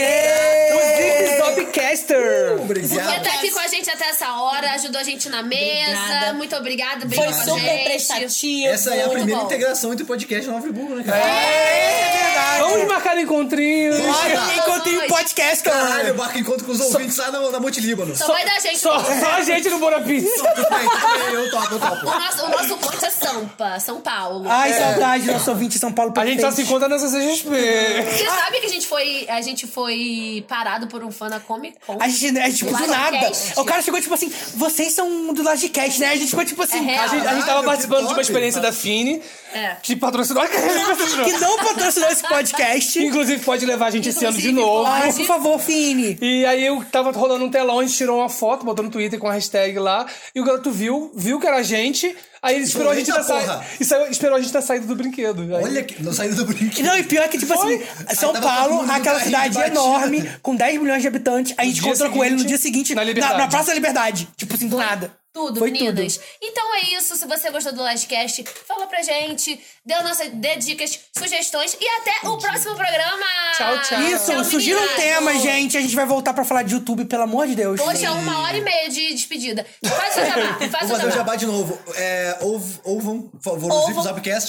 O Zipzopcaster. Porque Obrigado. tá aqui com a gente até essa hora, ajudou a gente na mesa. Obrigada. Muito obrigada. Foi Brincou com a super gente. prestativo. Essa é a Muito primeira bom. integração entre podcast e Nova Friburgo, né, cara? Vamos marcar encontrinho. Ai, encontrei um podcast, cara. Caralho, eu marco encontro com os ouvintes lá na Monte-Líbano. Só vai dar gente. Só a gente no Bora Pizza. Eu topo. O nosso ponte é Sampa, São Paulo. Ai, saudade do nosso ouvinte de São Paulo. A gente só se encontra nessa CXP. Você sabe que a gente foi parado por um fã na Comic Con? A gente, tipo, do nada. Lagecast. O cara chegou, tipo assim, vocês são do Lagecast, né? A gente ficou, tipo assim... É real. A gente tava Caralho, participando que de uma top. experiência da Fini, É. que patrocinou. que não patrocinou esse podcast. Inclusive, pode levar a gente esse ano de Inclusive, novo. Ai, por favor, Fini. E aí eu tava rolando um telão, a gente tirou uma foto, botou no Twitter com a hashtag lá, e o garoto viu que era a gente, aí ele esperou a gente Eita, na saída. porra. Esperou a gente na saída do brinquedo. Aí- Olha que. Não saiu do brinquedo. Não, e pior que, tipo assim, São tava todo Paulo, mundo no aquela carrinho cidade de batida. enorme, com 10 milhões de habitantes, a gente dia encontrou com ele no seguinte, dia seguinte, na Liberdade. na Praça da Liberdade. Tipo assim, do nada. Tudo, Foi meninas. tudo. Então é isso. Se você gostou do Lastcast, fala pra gente, dê dicas, sugestões e até o próximo programa. Tchau, tchau. Isso, Tchau, surgiram meninas. temas, gente. A gente vai voltar pra falar de YouTube, pelo amor de Deus. Poxa, 1h30 de despedida. Faz o jabá, faz Vou o fazer o jabá. jabá de novo. Ouvam, por favor, o Zip Zapcast.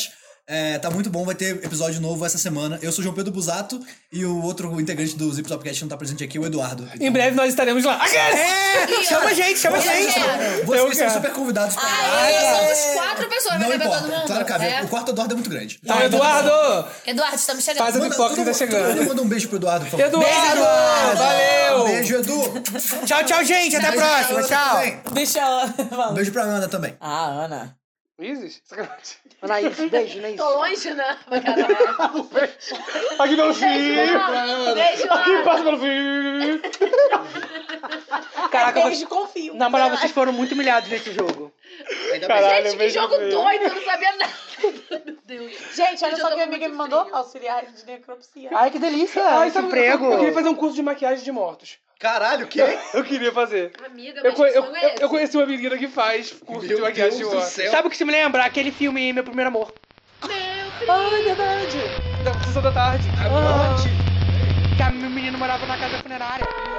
Tá muito bom, vai ter episódio novo essa semana. Eu sou o João Pedro Busato e o outro integrante do Zip Zopcast não tá presente aqui, o Eduardo. Em breve nós estaremos lá. Chama a gente, chama a gente. Vocês são super convidados pra Somos 4 pessoas, Não vai caber todo importa, mundo. claro que cabe. É. O quarto do Eduardo é muito grande. Então, Eduardo! Eduardo, estamos chegando. Faz a pipoca que tá chegando. Manda um beijo pro Eduardo, por favor. Eduardo! Valeu! Beijo, Edu! Tchau, tchau, gente. Até a próxima. Tchau. Deixa ela. Beijo pra Ana também. Ah, Ana. Isis? Anaís, beijo, Anaís. Tô longe, né? Caralho. Aqui pelo fim! Beijo, Aqui passa pelo fim! Caraca, Beijo, confio. na moral, vocês foram muito humilhados nesse jogo. Caralho, Gente, que beijo jogo feio. doido, eu não sabia nada. Meu Deus. Gente, olha Gente, só eu tô que a amiga me muito mandou frio. auxiliar de necropsia. Ai, que delícia. Ai, Esse sabe, emprego. eu queria fazer um curso de maquiagem de mortos. Caralho, o quê? Eu queria fazer. Amiga, Eu, mas co- que eu, sonho é eu, esse? eu conheci uma menina que faz curso de Meu maquiagem de Deus do mortos. céu. Sabe o que se me lembra? Aquele filme Meu Primeiro Amor. Ai, verdade. Da Sessão da Tarde. Que a meu menino morava na casa funerária.